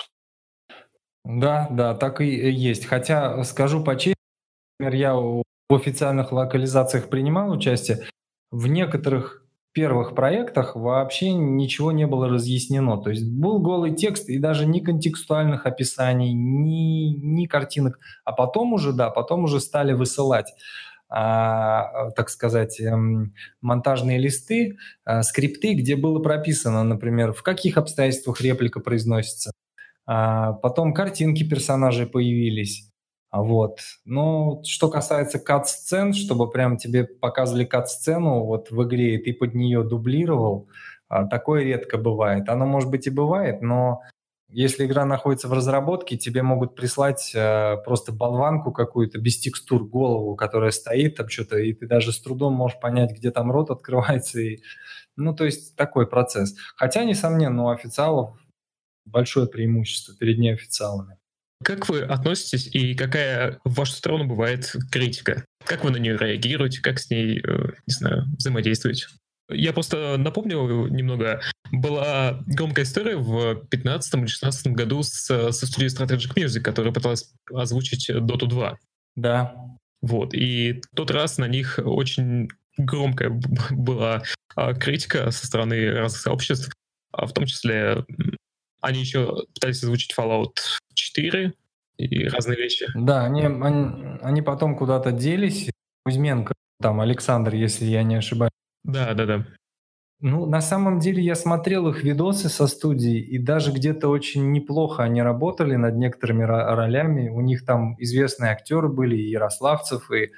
Да, да, так и есть. Хотя, скажу по чести, например, я у- в официальных локализациях принимал участие. В некоторых первых проектах вообще ничего не было разъяснено. То есть был голый текст и даже ни контекстуальных описаний, ни, ни картинок. А потом уже, да, потом уже стали высылать. а, так сказать, эм, монтажные листы, а, скрипты, где было прописано, например, в каких обстоятельствах реплика произносится. А, потом картинки персонажей появились. А вот. Но что касается кат-сцен, чтобы прям тебе показывали кат-сцену вот в игре, и ты под нее дублировал, а, такое редко бывает. Оно, может быть, и бывает, но если игра находится в разработке, тебе могут прислать э, просто болванку какую-то без текстур, голову, которая стоит там что-то, и ты даже с трудом можешь понять, где там рот открывается. И, ну, то есть такой процесс. Хотя, несомненно, у официалов большое преимущество перед неофициалами. Как вы относитесь и какая в вашу сторону бывает критика? Как вы на нее реагируете, как с ней, э, не знаю, взаимодействуете? Я просто напомню немного, была громкая история в пятнадцатом или шестнадцатом году с, со студией Strategic Music, которая пыталась озвучить Dota два. Да. Вот, и тот раз на них очень громкая б- была а, критика со стороны разных сообществ, а в том числе м, они еще пытались озвучить Fallout четыре и разные вещи. Да, они, они, они потом куда-то делись. Кузьменко, там Александр, если я не ошибаюсь. Да, да, да. Ну, на самом деле я смотрел их видосы со студии, и даже где-то очень неплохо они работали над некоторыми ро- ролями. У них там известные актеры были, и Ярославцев, и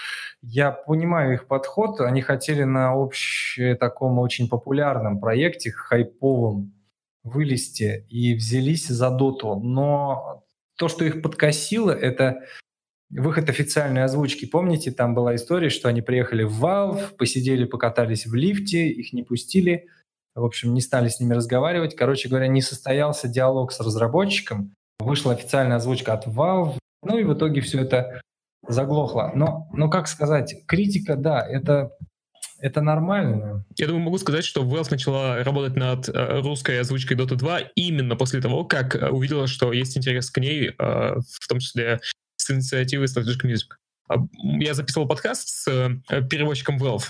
я понимаю их подход. Они хотели на общем таком очень популярном проекте, хайповом, вылезти и взялись за доту. Но то, что их подкосило, это выход официальной озвучки. Помните, там была история, что они приехали в Valve, посидели, покатались в лифте, их не пустили, в общем, не стали с ними разговаривать. Короче говоря, не состоялся диалог с разработчиком, вышла официальная озвучка от Valve, ну и в итоге все это заглохло. Но, но как сказать, критика, да, это, это нормально. Я думаю, могу сказать, что Valve начала работать над э, русской озвучкой Dota два именно после того, как э, увидела, что есть интерес к ней, э, в том числе с инициативы Strategic Music. А, м, Я записывал подкаст с э, переводчиком Valve,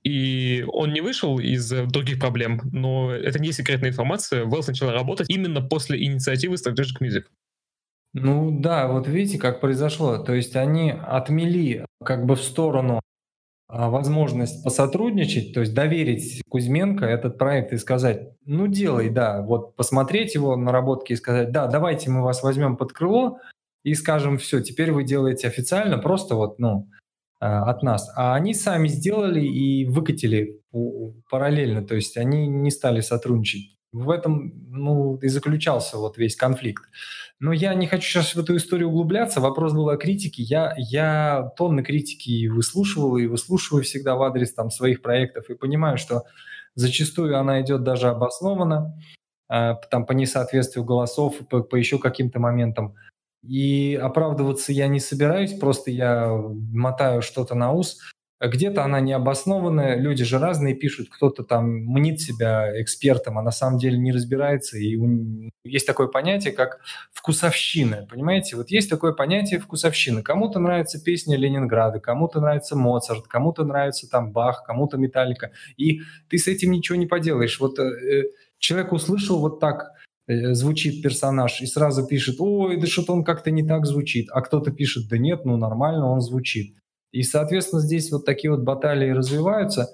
и он не вышел из э, других проблем, но это не секретная информация. Valve начала работать именно после инициативы Strategic Music. Ну да, вот видите, как произошло. То есть они отмели как бы в сторону а, возможность посотрудничать, то есть доверить Кузьменко этот проект и сказать, ну делай, да, вот посмотреть его наработки и сказать, да, давайте мы вас возьмем под крыло и скажем, все, теперь вы делаете официально, просто вот, ну, а, от нас. А они сами сделали и выкатили у- параллельно, то есть они не стали сотрудничать. В этом, ну, и заключался вот весь конфликт. Но я не хочу сейчас в эту историю углубляться. Вопрос был о критике. Я, я тонны критики выслушивал и выслушиваю всегда в адрес там, своих проектов и понимаю, что зачастую она идет даже обоснованно, э, там, по несоответствию голосов, по, по еще каким-то моментам. И оправдываться я не собираюсь, просто я мотаю что-то на ус. Где-то она необоснованная, люди же разные пишут, кто-то там мнит себя экспертом, а на самом деле не разбирается. И у- есть такое понятие, как вкусовщина, понимаете? Вот есть такое понятие вкусовщина. Кому-то нравится песня Ленинграда, кому-то нравится Моцарт, кому-то нравится там Бах, кому-то Металлика. И ты с этим ничего не поделаешь. Вот э, человек услышал вот так, э, звучит персонаж, и сразу пишет, ой, да что-то он как-то не так звучит. А кто-то пишет, да нет, ну нормально он звучит. И, соответственно, здесь вот такие вот баталии развиваются.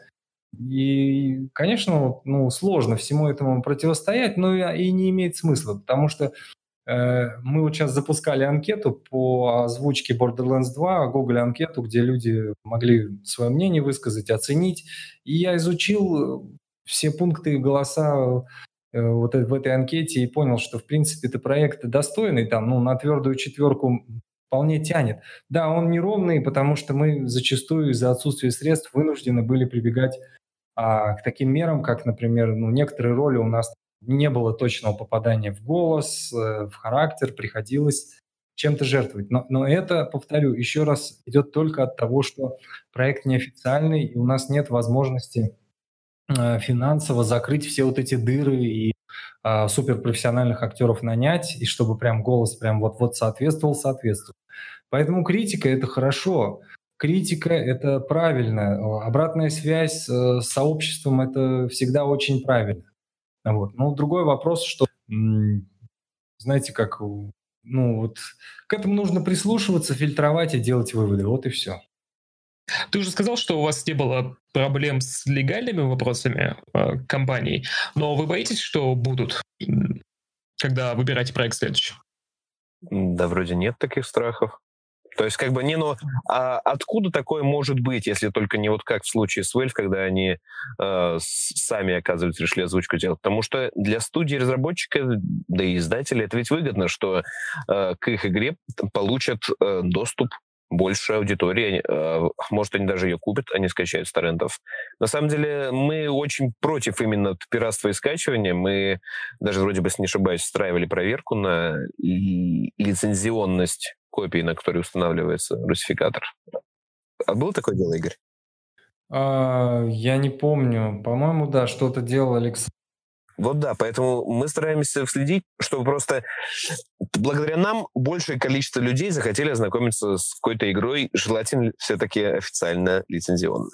И, конечно, вот, ну, сложно всему этому противостоять, но и, и не имеет смысла, потому что э, мы вот сейчас запускали анкету по озвучке Borderlands два, Google анкету, где люди могли свое мнение высказать, оценить. И я изучил все пункты, голоса э, вот э- в этой анкете и понял, что, в принципе, это проект достойный, там, ну, на твердую четверку вполне тянет. Да, он неровный, потому что мы зачастую из-за отсутствия средств вынуждены были прибегать а, к таким мерам, как, например, ну, некоторые роли у нас не было точного попадания в голос, э, в характер, приходилось чем-то жертвовать. Но, но это, повторю, еще раз идет только от того, что проект неофициальный, и у нас нет возможности э, финансово закрыть все вот эти дыры и а, суперпрофессиональных актеров нанять, и чтобы прям голос прям вот-вот соответствовал, соответствовал. Поэтому критика – это хорошо. Критика – это правильно. Обратная связь э, с сообществом – это всегда очень правильно. Вот. Но другой вопрос, что, м, знаете, как, у- ну вот, к этому нужно прислушиваться, фильтровать и делать выводы. Вот и все. Ты уже сказал, что у вас не было проблем с легальными вопросами э, компаний, но вы боитесь, что будут, м, когда выбираете проект следующий? Да, вроде нет таких страхов. То есть, как бы, не, ну, а откуда такое может быть, если только не вот как в случае с Valve, когда они э, с- сами, оказывается, решили озвучку делать? Потому что для студии разработчика, да и издателей, это ведь выгодно, что э, к их игре т- получат э, доступ больше аудитории. э, может, они даже ее купят, они скачают с торрентов. На самом деле, мы очень против именно пиратства и скачивания. Мы даже, вроде бы, если не ошибаюсь, устраивали проверку на ли- лицензионность копии, на которой устанавливается русификатор. А было такое дело, Игорь? А, я не помню. По-моему, да, что-то делал Алекс. Вот да, поэтому мы стараемся следить, чтобы просто благодаря нам большее количество людей захотели ознакомиться с какой-то игрой, желательно все-таки официально лицензионно.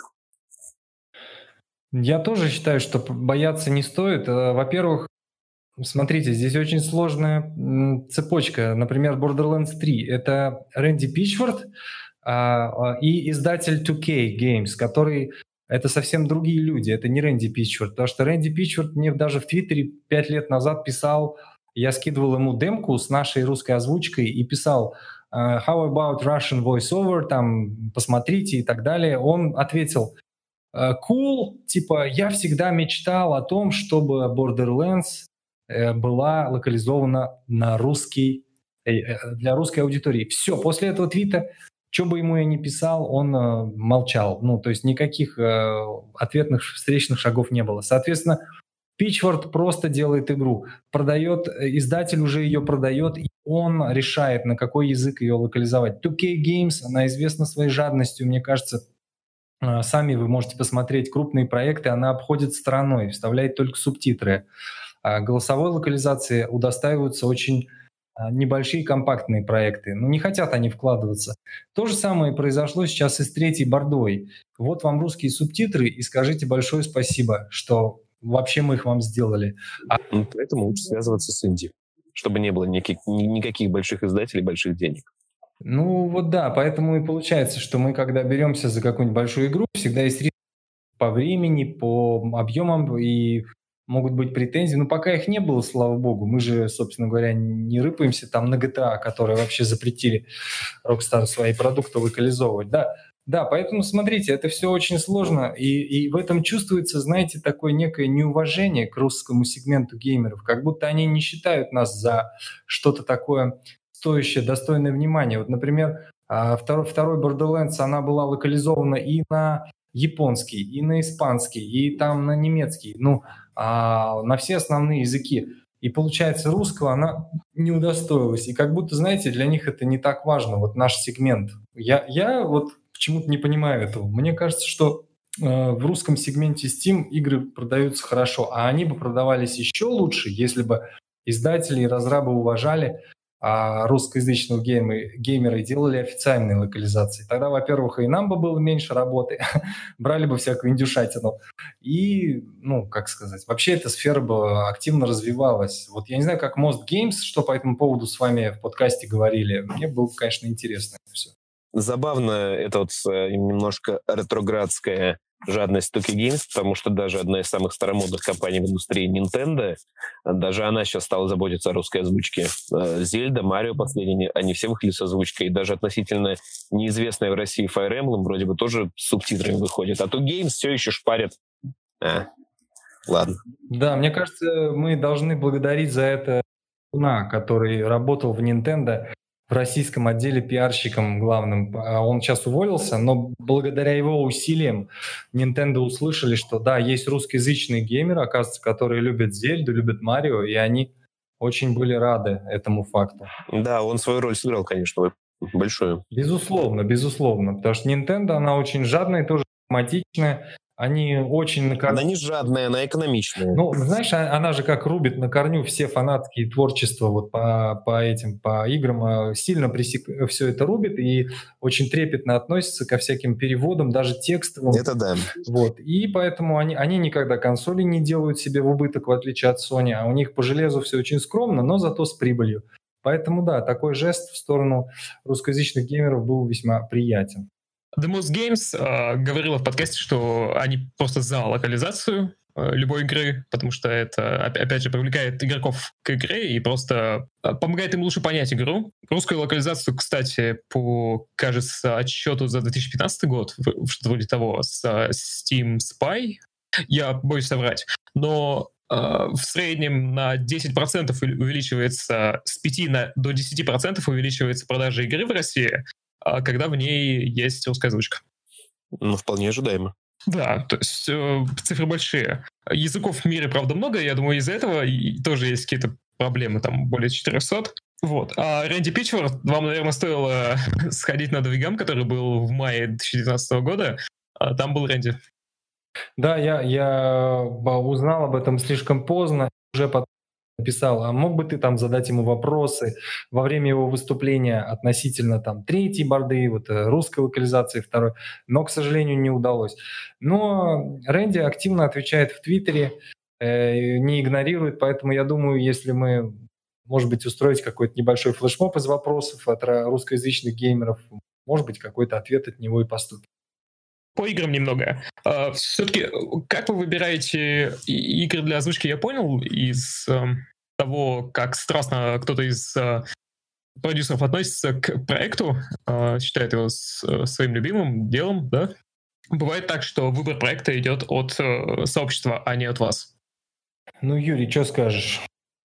Я тоже считаю, что п- бояться не стоит. Э, Во-первых, смотрите, здесь очень сложная м, цепочка. Например, Borderlands три — это Рэнди Пичфорд а, а, и издатель two K Games, который это совсем другие люди. Это не Рэнди Пичфорд, потому что Рэнди Пичфорд мне даже в Твиттере пять лет назад писал, я скидывал ему демку с нашей русской озвучкой и писал а, «How about Russian voiceover?» Там посмотрите и так далее. Он ответил э, cool, типа я всегда мечтал о том, чтобы Borderlands э, была локализована на русский, э, э, для русской аудитории. Все, после этого твита, что бы ему я ни писал, он э, молчал. Ну, то есть никаких э, ответных встречных шагов не было. Соответственно, Pitchford просто делает игру, продает, э, издатель уже ее продает, и он решает, на какой язык ее локализовать. two K Games, она известна своей жадностью, мне кажется, а, сами вы можете посмотреть крупные проекты, она обходит стороной, вставляет только субтитры. А голосовой локализации удостаиваются очень а, небольшие компактные проекты. Но не хотят они вкладываться. То же самое произошло сейчас и с третьей бордой. Вот вам русские субтитры, и скажите большое спасибо, что вообще мы их вам сделали. А Ну, поэтому лучше связываться с инди, чтобы не было никаких, ни- никаких больших издателей, больших денег. Ну вот да, поэтому и получается, что мы, когда беремся за какую-нибудь большую игру, всегда есть риск по времени, по объемам и могут быть претензии. Но пока их не было, слава богу, мы же, собственно говоря, не рыпаемся там на джи ти эй, которые вообще запретили Rockstar свои продукты локализовывать. Да, да, поэтому смотрите, это все очень сложно, и, и в этом чувствуется, знаете, такое некое неуважение к русскому сегменту геймеров, как будто они не считают нас за что-то такое стоящее, достойное внимания. Вот, например, а, второй, второй Borderlands, она была локализована и на японский, и на испанский, и там на немецкий, ну, а, на все основные языки. И получается, русского она не удостоилась. И как будто, знаете, для них это не так важно, вот наш сегмент. Я, я вот почему-то не понимаю этого. Мне кажется, что э, в русском сегменте Steam игры продаются хорошо, а они бы продавались еще лучше, если бы издатели и разрабы уважали а русскоязычного геймера, геймера и делали официальные локализации. Тогда, во-первых, и нам бы было меньше работы, брали бы всякую индюшатину. И, ну, как сказать, вообще эта сфера бы активно развивалась. Вот я не знаю, как Most Games, что по этому поводу с вами в подкасте говорили. Мне было, конечно, интересно это все. Забавно, это вот э, немножко ретроградская жадность two K Games, потому что даже одна из самых старомодных компаний в индустрии Nintendo, даже она сейчас стала заботиться о русской озвучке. Э, Зельда, Марио последние, они все выходили с озвучкой, и даже относительно неизвестная в России Fire Emblem вроде бы тоже с субтитрами выходит. А two Games все еще шпарят. А, ладно. Да, мне кажется, мы должны благодарить за это Луна, который работал в Nintendo в российском отделе пиарщиком главным. А Он сейчас уволился, но благодаря его усилиям Nintendo услышали, что да, есть русскоязычные геймеры, оказывается, которые любят Зельду, любят Марио, и они очень были рады этому факту. Да, он свою роль сыграл, конечно, большую. Безусловно, безусловно, потому что Nintendo, она очень жадная, тоже прагматичная, они очень на Она не жадная, она экономичная. Ну, знаешь, а- она же как рубит на корню все фанатские творчества вот по, по этим, по играм, а, сильно пресек... все это рубит и очень трепетно относится ко всяким переводам, даже текстовым. Это да. Вот. И поэтому они, они никогда консоли не делают себе в убыток, в отличие от Sony, а у них по железу все очень скромно, но зато с прибылью. Поэтому да, такой жест в сторону русскоязычных геймеров был весьма приятен. The Most Games э, говорила в подкасте, что они просто за локализацию э, любой игры, потому что это, опять же, привлекает игроков к игре и просто э, помогает им лучше понять игру. Русскую локализацию, кстати, по, кажется, отчету за две тысячи пятнадцатый год, что-то вроде того, с Steam Spy, я боюсь соврать, но э, в среднем на десять процентов увеличивается, с пяти на, до десяти процентов увеличивается продажа игры в России, э, когда в ней есть русская озвучка. Ну, вполне ожидаемо. Да, то есть э, цифры большие. Языков в мире, правда, много, я думаю, из-за этого и тоже есть какие-то проблемы, там более четырехсот. Вот. А Рэнди Пичфорд, вам, наверное, стоило сходить на Двигам, который был в мае две тысячи девятнадцатого года. А там был Рэнди. Да, я, я узнал об этом слишком поздно, уже потом написал, а мог бы ты там задать ему вопросы во время его выступления относительно там третьей борды, вот русской локализации второй, но, к сожалению, не удалось. Но Рэнди активно отвечает в Твиттере, э, не игнорирует, поэтому я думаю, если мы, может быть, устроить какой-то небольшой флешмоб из вопросов от русскоязычных геймеров, может быть, какой-то ответ от него и поступит. По играм немного. Uh, все-таки, как вы выбираете игры для озвучки, я понял из uh, того, как страстно кто-то из uh, продюсеров относится к проекту, uh, считает его с, uh, своим любимым делом, да? Бывает так, что выбор проекта идет от uh, сообщества, а не от вас. Ну, Юрий, что скажешь?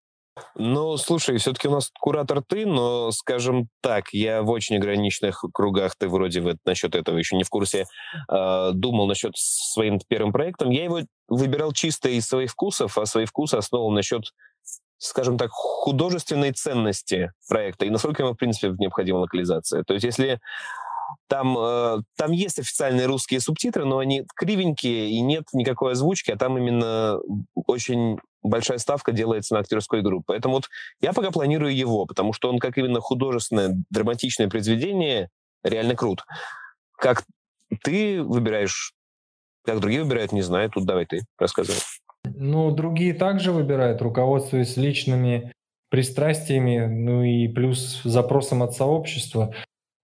Ну, слушай, все-таки у нас куратор ты, но, скажем так, я в очень ограниченных кругах, ты вроде вот насчет этого еще не в курсе, э, думал насчет своим первым проектом. Я его выбирал чисто из своих вкусов, а свои вкусы основал насчет, скажем так, художественной ценности проекта и насколько ему, в принципе, необходима локализация. То есть если там, э, там есть официальные русские субтитры, но они кривенькие и нет никакой озвучки, а там именно очень большая ставка делается на актерскую игру. Поэтому вот я пока планирую его, потому что он как именно художественное, драматичное произведение реально крут. Как ты выбираешь, как другие выбирают, не знаю. Тут давай ты рассказывай. Ну, другие также выбирают, руководствуясь личными пристрастиями, ну и плюс запросом от сообщества.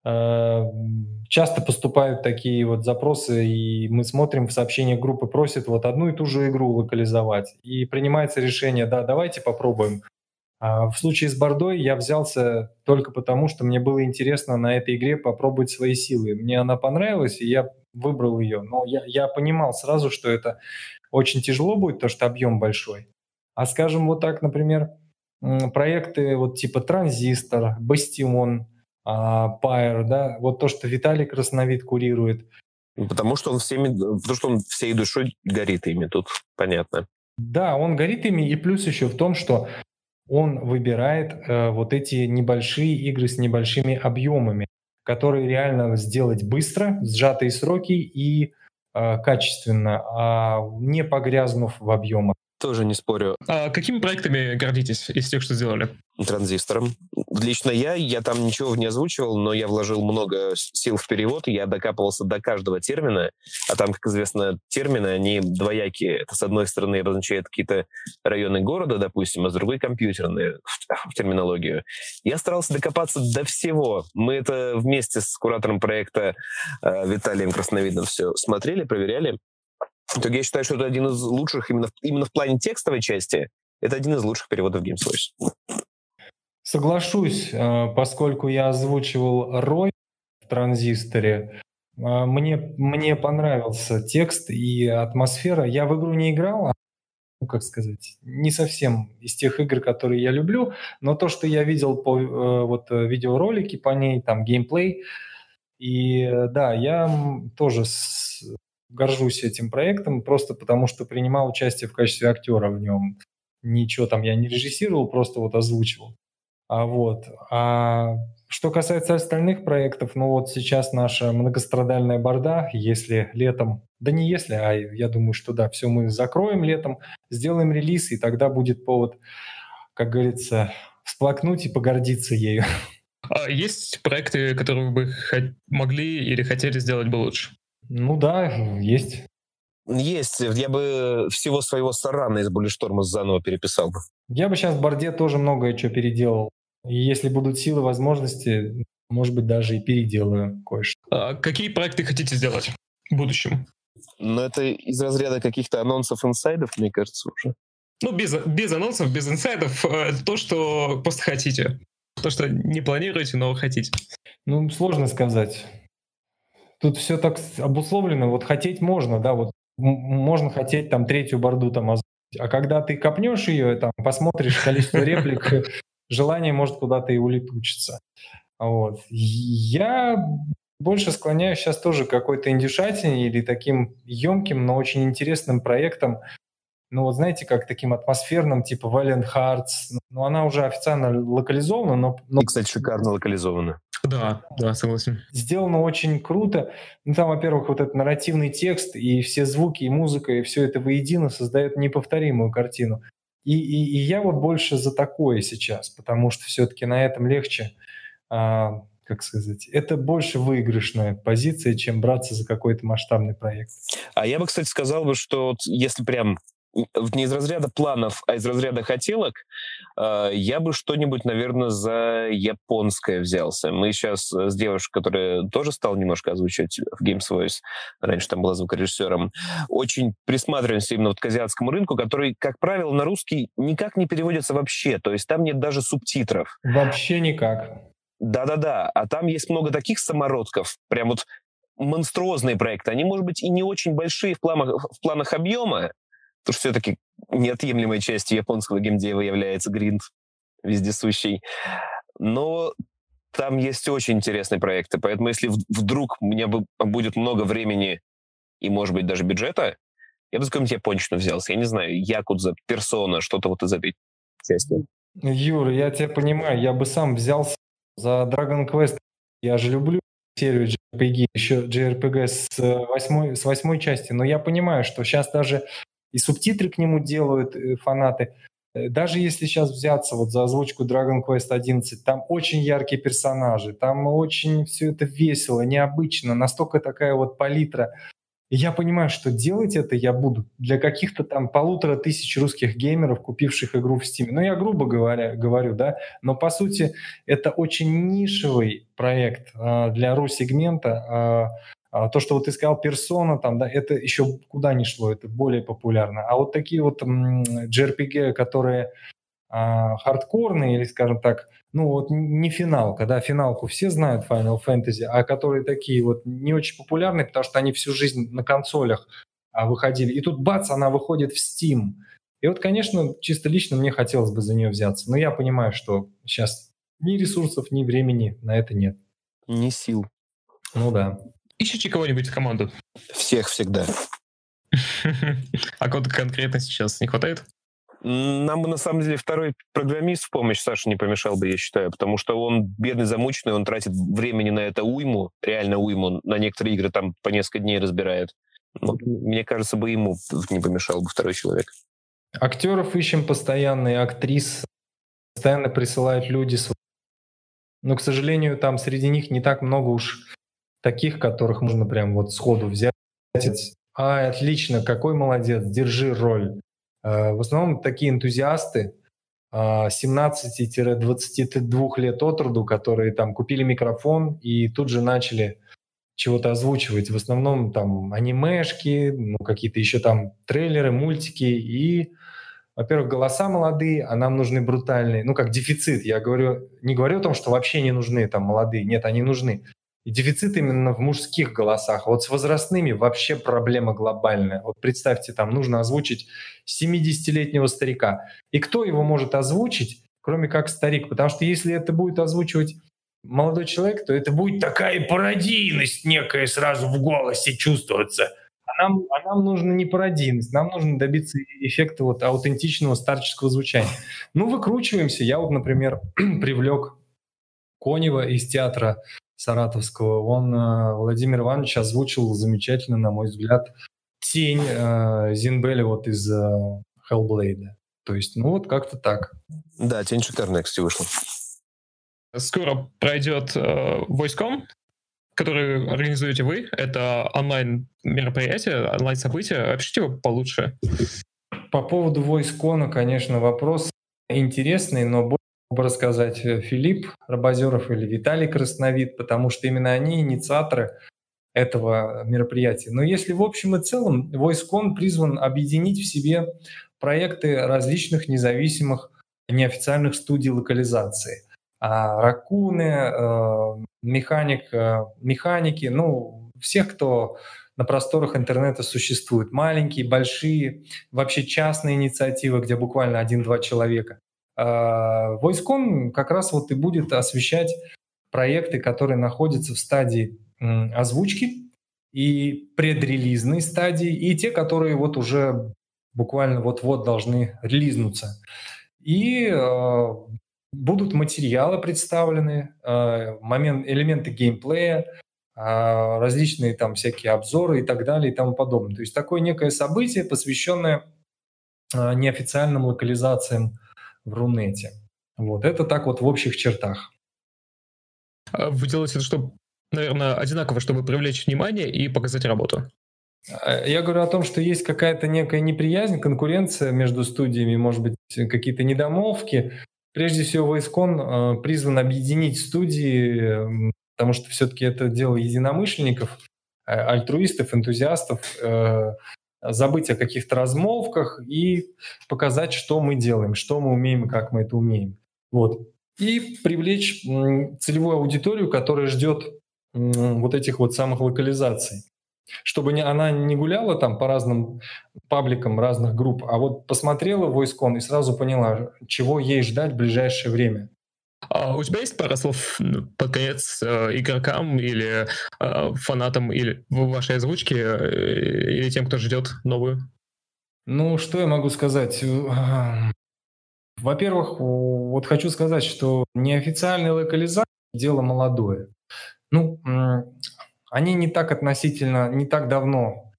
Часто поступают такие вот запросы, и мы смотрим в сообщениях группы, просят вот одну и ту же игру локализовать. И принимается решение, да, давайте попробуем. А в случае с Бордой я взялся только потому, что мне было интересно на этой игре попробовать свои силы. Мне она понравилась, и я выбрал ее. Но я, я понимал сразу, что это очень тяжело будет, потому что объем большой. А скажем вот так, например, проекты вот типа «Транзистор», «Бастион», Pyre, да, вот то, что Виталий Красновид курирует. Потому что он всеми, потому что он всей душой горит ими, тут понятно. Да, он горит ими, и плюс еще в том, что он выбирает э, вот эти небольшие игры с небольшими объемами, которые реально сделать быстро, сжатые сроки и э, качественно, а не погрязнув в объемах. Тоже не спорю. А какими проектами гордитесь из тех, что сделали? Транзистором. Лично я, я там ничего не озвучивал, но я вложил много сил в перевод, я докапывался до каждого термина, а там, как известно, термины, они двоякие. Это, с одной стороны, обозначает какие-то районы города, допустим, а с другой — компьютерные в терминологию. Я старался докопаться до всего. Мы это вместе с куратором проекта э, Виталием Красновидным все смотрели, проверяли. В итоге я считаю, что это один из лучших именно в, именно в плане текстовой части. Это один из лучших переводов GamesVoice. Соглашусь, поскольку я озвучивал Рой в «Транзисторе», мне, мне понравился текст и атмосфера. Я в игру не играл, ну, как сказать, не совсем из тех игр, которые я люблю, но то, что я видел по вот, видеоролики по ней, там геймплей, и да, я тоже с... горжусь этим проектом, просто потому что принимал участие в качестве актера в нем. Ничего там я не режиссировал, просто вот озвучивал. А вот. А что касается остальных проектов, ну вот сейчас наша многострадальная Борда, если летом, да не если, а я думаю, что да, все мы закроем летом, сделаем релиз, и тогда будет повод, как говорится, всплакнуть и погордиться ею. А есть проекты, которые вы бы могли или хотели сделать бы лучше? Ну да, есть. Есть. Я бы всего своего Сарана из Буллишторма заново переписал бы. Я бы сейчас в Борде тоже многое что переделал. И если будут силы, возможности, может быть, даже и переделаю кое-что. А какие проекты хотите сделать в будущем? Но это из разряда каких-то анонсов, инсайдов, мне кажется, уже. Ну, без, без анонсов, без инсайдов. Это то, что просто хотите. То, что не планируете, но хотите. Ну, сложно сказать. Тут все так обусловлено. Вот хотеть можно, да, вот можно хотеть там третью борду там озвучить. А когда ты копнешь ее, там, посмотришь количество реплик, желание может куда-то и улетучиться. Вот. Я больше склоняюсь сейчас тоже к какой-то индюшатине или таким емким, но очень интересным проектам. Ну, вот знаете, как таким атмосферным, типа Valiant Hearts. Ну, она уже официально локализована, но... но... И, кстати, шикарно локализована. Да, да, согласен. Сделано очень круто. Ну, там, во-первых, вот этот нарративный текст, и все звуки, и музыка, и все это воедино создает неповторимую картину. И, и, и я вот больше за такое сейчас, потому что все-таки на этом легче, а, как сказать, это больше выигрышная позиция, чем браться за какой-то масштабный проект. А я бы, кстати, сказал бы, что вот если прям не из разряда планов, а из разряда хотелок, э, я бы что-нибудь, наверное, за японское взялся. Мы сейчас с девушкой, которая тоже стала немножко озвучивать в Games Voice, раньше там была звукорежиссером, очень присматриваемся именно вот к азиатскому рынку, который, как правило, на русский никак не переводится вообще. То есть там нет даже субтитров. Вообще никак. Да-да-да. А там есть много таких самородков, прям вот монструозные проекты. Они, может быть, и не очень большие в планах, в планах объема, потому что все-таки неотъемлемой частью японского геймдева является гринд вездесущий. Но там есть очень интересные проекты. Поэтому если вдруг у меня будет много времени и, может быть, даже бюджета, я бы за какую-нибудь япончину взялся. Я не знаю, Якудза, Персона, что-то вот из этой части. Юра, я тебя понимаю. Я бы сам взялся за Dragon Quest. Я же люблю серию джей ар пи джи, еще джей ар пи джи с восьмой, с восьмой части. Но я понимаю, что сейчас даже и субтитры к нему делают фанаты. Даже если сейчас взяться вот за озвучку Dragon Quest одиннадцать, там очень яркие персонажи, там очень все это весело, необычно, настолько такая вот палитра. И я понимаю, что делать это я буду для каких-то там полутора тысяч русских геймеров, купивших игру в Steam. Ну, я грубо говоря, говорю, да, но по сути это очень нишевый проект э, для ру-сегмента. Э, То, что вот ты сказал, персона, там, да, это еще куда ни шло, это более популярно. А вот такие вот джей ар пи джи, которые а, хардкорные, или, скажем так, ну вот не финал, когда финалку все знают Final Fantasy, а которые такие вот не очень популярные, потому что они всю жизнь на консолях а, выходили. И тут бац, она выходит в Steam. И вот, конечно, чисто лично мне хотелось бы за нее взяться. Но я понимаю, что сейчас ни ресурсов, ни времени на это нет. Ни сил. Ну да. Ищите кого-нибудь в команду. Всех всегда. А кого-то конкретно сейчас не хватает? Нам бы, на самом деле, второй программист в помощь Саше не помешал бы, я считаю, потому что он бедный, замученный, он тратит времени на это уйму, реально уйму, на некоторые игры там по несколько дней разбирает. Вот, мне кажется, бы ему не помешал бы второй человек. Актеров ищем постоянно, и актрис постоянно присылают люди. Но, к сожалению, там среди них не так много уж таких, которых можно прям вот сходу взять. А, отлично, какой молодец, держи роль. В основном такие энтузиасты семнадцати-двадцати двух лет от роду, которые там купили микрофон и тут же начали чего-то озвучивать. В основном там анимешки, ну, какие-то еще там трейлеры, мультики. И, во-первых, голоса молодые, а нам нужны брутальные. Ну, как дефицит. Я говорю, не говорю о том, что вообще не нужны там молодые. Нет, они нужны. И дефицит именно в мужских голосах. Вот с возрастными вообще проблема глобальная. Вот представьте, там нужно озвучить семидесятилетнего старика. И кто его может озвучить, кроме как старик? Потому что если это будет озвучивать молодой человек, то это будет такая пародийность некая сразу в голосе чувствоваться. А нам, а нам нужно не пародийность, нам нужно добиться эффекта вот аутентичного старческого звучания. Ну, выкручиваемся. Я вот, например, привлек Конева из театра саратовского. Он, Владимир Иванович, озвучил замечательно, на мой взгляд, тень э, Зинбеля вот из э, Hellblade. То есть, ну вот как-то так. Да, тень шикарная, кстати, вышла. Скоро пройдет э, VoiceCon, который организуете вы. Это онлайн-мероприятие, онлайн-событие. Опишите его получше. По поводу VoiceCon, конечно, вопрос интересный, но бы рассказать э, Филипп Рабозеров или Виталий Красновид, потому что именно они инициаторы этого мероприятия. Но если в общем и целом, VoiceCon призван объединить в себе проекты различных независимых неофициальных студий локализации. А, Ракуны, э, механик, э, механики, ну, всех, кто на просторах интернета существует. Маленькие, большие, вообще частные инициативы, где буквально один-два человека. А, VoiceCon как раз вот и будет освещать проекты, которые находятся в стадии м, озвучки и предрелизной стадии, и те, которые вот уже буквально вот-вот должны релизнуться. И э, будут материалы представлены, э, момент, элементы геймплея, э, различные там всякие обзоры и так далее и тому подобное. То есть такое некое событие, посвященное э, неофициальным локализациям в Рунете. Вот это так вот в общих чертах. А Вы делаете это, чтобы, наверное, одинаково, чтобы привлечь внимание и показать работу. А, Я говорю о том, что есть какая-то некая неприязнь, конкуренция между студиями, может быть, какие-то недомолвки. Прежде всего, VoiceCon э, призван объединить студии, м, потому что все-таки это дело единомышленников, э, альтруистов, энтузиастов, э, забыть о каких-то размолвках и показать, что мы делаем, что мы умеем и как мы это умеем. Вот. И привлечь м, целевую аудиторию, которая ждет м, вот этих вот самых локализаций, чтобы не, она не гуляла там по разным пабликам разных групп, а вот посмотрела VoiceCon и сразу поняла, чего ей ждать в ближайшее время. А у тебя есть пара слов ну, под конец э, игрокам или э, фанатам или в вашей озвучке, э, или тем, кто ждет новую? Ну, что я могу сказать? Э, Во-первых, у- вот хочу сказать, что неофициальная локализация — дело молодое. Ну, м, они не так относительно, не так давно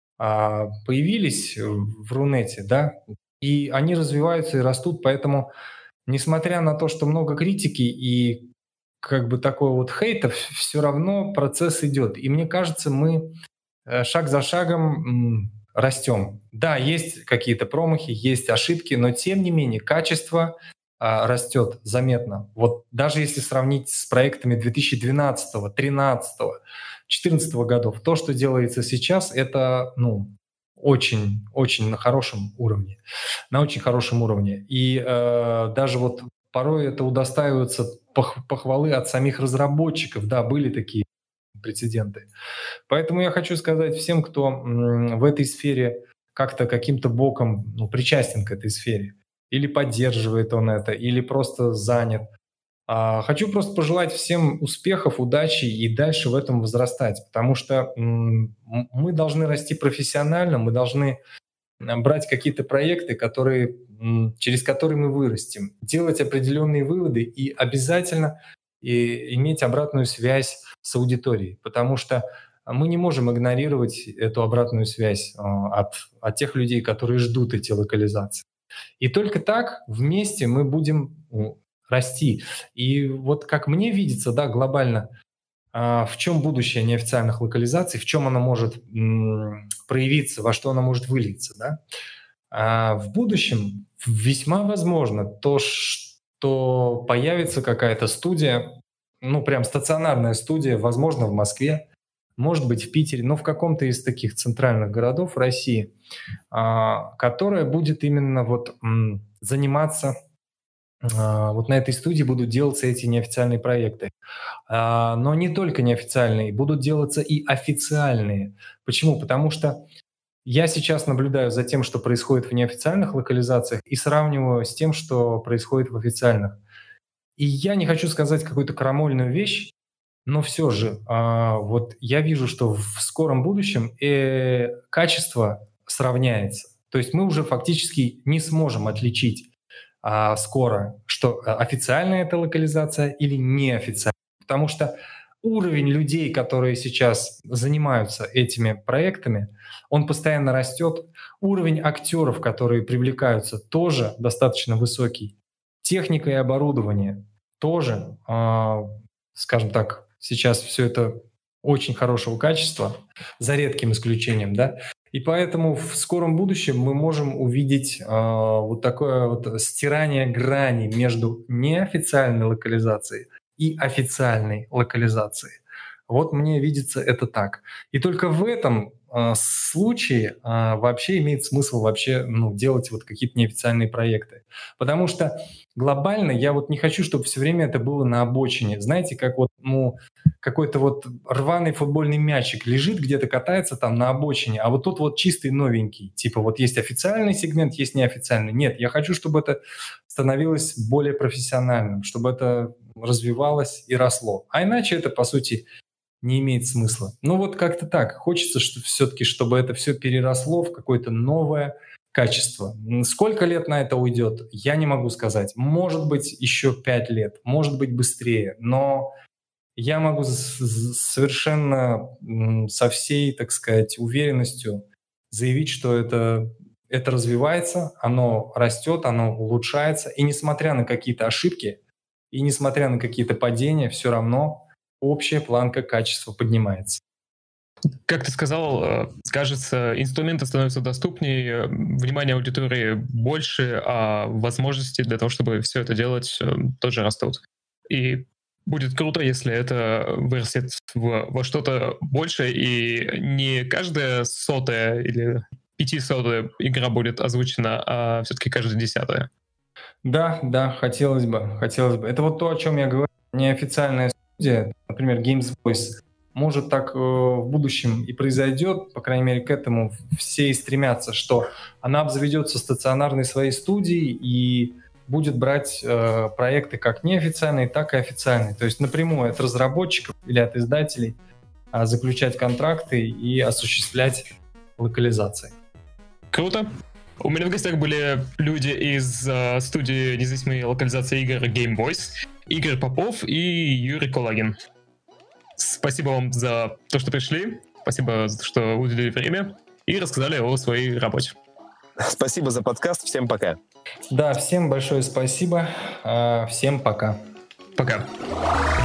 а, появились э, в Рунете, да, и они развиваются и растут, поэтому, несмотря на то, что много критики и как бы такой вот хейта, все равно процесс идет. И мне кажется, мы э, шаг за шагом м, растем. Да, есть какие-то промахи, есть ошибки, но тем не менее качество а, растет заметно. Вот даже если сравнить с проектами две тысячи двенадцатого, тринадцатого, четырнадцатого годов, то, что делается сейчас, это ну, очень, очень на хорошем уровне, на очень хорошем уровне. И э, даже вот порой это удостаиваются пох- похвалы от самих разработчиков. Да, были такие прецеденты. Поэтому я хочу сказать всем, кто м, в этой сфере как-то каким-то боком ну, причастен к этой сфере, или поддерживает он это, или просто занят. А, хочу просто пожелать всем успехов, удачи и дальше в этом возрастать, потому что м, м, мы должны расти профессионально, мы должны м, брать какие-то проекты, которые, м, через которые мы вырастем, делать определенные выводы и обязательно и иметь обратную связь с аудиторией, потому что мы не можем игнорировать эту обратную связь а, от, от тех людей, которые ждут эти локализации. И только так вместе мы будем ну, расти. И вот как мне видится, да, глобально, а, в чем будущее неофициальных локализаций, в чем оно может м, проявиться, во что оно может вылиться, да? А в будущем весьма возможно то, что появится какая-то студия, ну прям стационарная студия, возможно, в Москве, может быть, в Питере, но в каком-то из таких центральных городов России, а, которая будет именно вот м, заниматься, а, вот на этой студии будут делаться эти неофициальные проекты. А, Но не только неофициальные, будут делаться и официальные. Почему? Потому что я сейчас наблюдаю за тем, что происходит в неофициальных локализациях, и сравниваю с тем, что происходит в официальных. И я не хочу сказать какую-то крамольную вещь, но все же а, вот я вижу, что в скором будущем э, качество сравняется. То есть мы уже фактически не сможем отличить а, скоро, что а, официальная это локализация или неофициальная. Потому что уровень людей, которые сейчас занимаются этими проектами, он постоянно растет. Уровень актеров, которые привлекаются, тоже достаточно высокий. Техника и оборудование тоже, а, скажем так, сейчас все это очень хорошего качества, за редким исключением, да. И поэтому в скором будущем мы можем увидеть э, вот такое вот стирание грани между неофициальной локализацией и официальной локализацией. Вот мне видится это так. И только в этом э, случае э, вообще имеет смысл вообще ну, делать вот какие-то неофициальные проекты. Потому что глобально я вот не хочу, чтобы все время это было на обочине. Знаете, как вот ну, какой-то вот рваный футбольный мячик лежит где-то, катается там на обочине, а вот тут вот чистый новенький. Типа вот есть официальный сегмент, есть неофициальный. Нет, я хочу, чтобы это становилось более профессиональным, чтобы это развивалось и росло. А иначе это, по сути, не имеет смысла. Ну вот как-то так. Хочется что все-таки, чтобы это все переросло в какое-то новое качество. Сколько лет на это уйдет, я не могу сказать. Может быть, еще пять лет, может быть, быстрее. Но я могу совершенно со всей, так сказать, уверенностью заявить, что это, это развивается, оно растет, оно улучшается. И несмотря на какие-то ошибки, и несмотря на какие-то падения, все равно общая планка качества поднимается. Как ты сказал, кажется, инструменты становятся доступнее, внимание аудитории больше, а возможности для того, чтобы все это делать, тоже растут. И будет круто, если это вырастет в, во что-то большее, и не каждая сотая или пятисотая игра будет озвучена, а все-таки каждая десятая. Да, да, хотелось бы, хотелось бы. Это вот то, о чем я говорю. Неофициальная студия, например, Games Voice, может так э, в будущем и произойдет, по крайней мере, к этому все и стремятся, что она обзаведется стационарной своей студией и будет брать э, проекты как неофициальные, так и официальные. То есть напрямую от разработчиков или от издателей э, заключать контракты и осуществлять локализации. Круто. У меня в гостях были люди из э, студии независимой локализации игр Game Voice, Игорь Попов и Юрий Колагин. Спасибо вам за то, что пришли. Спасибо за то, что уделили время и рассказали о своей работе. Спасибо за подкаст. Всем пока. Да, всем большое спасибо. Всем пока. Пока.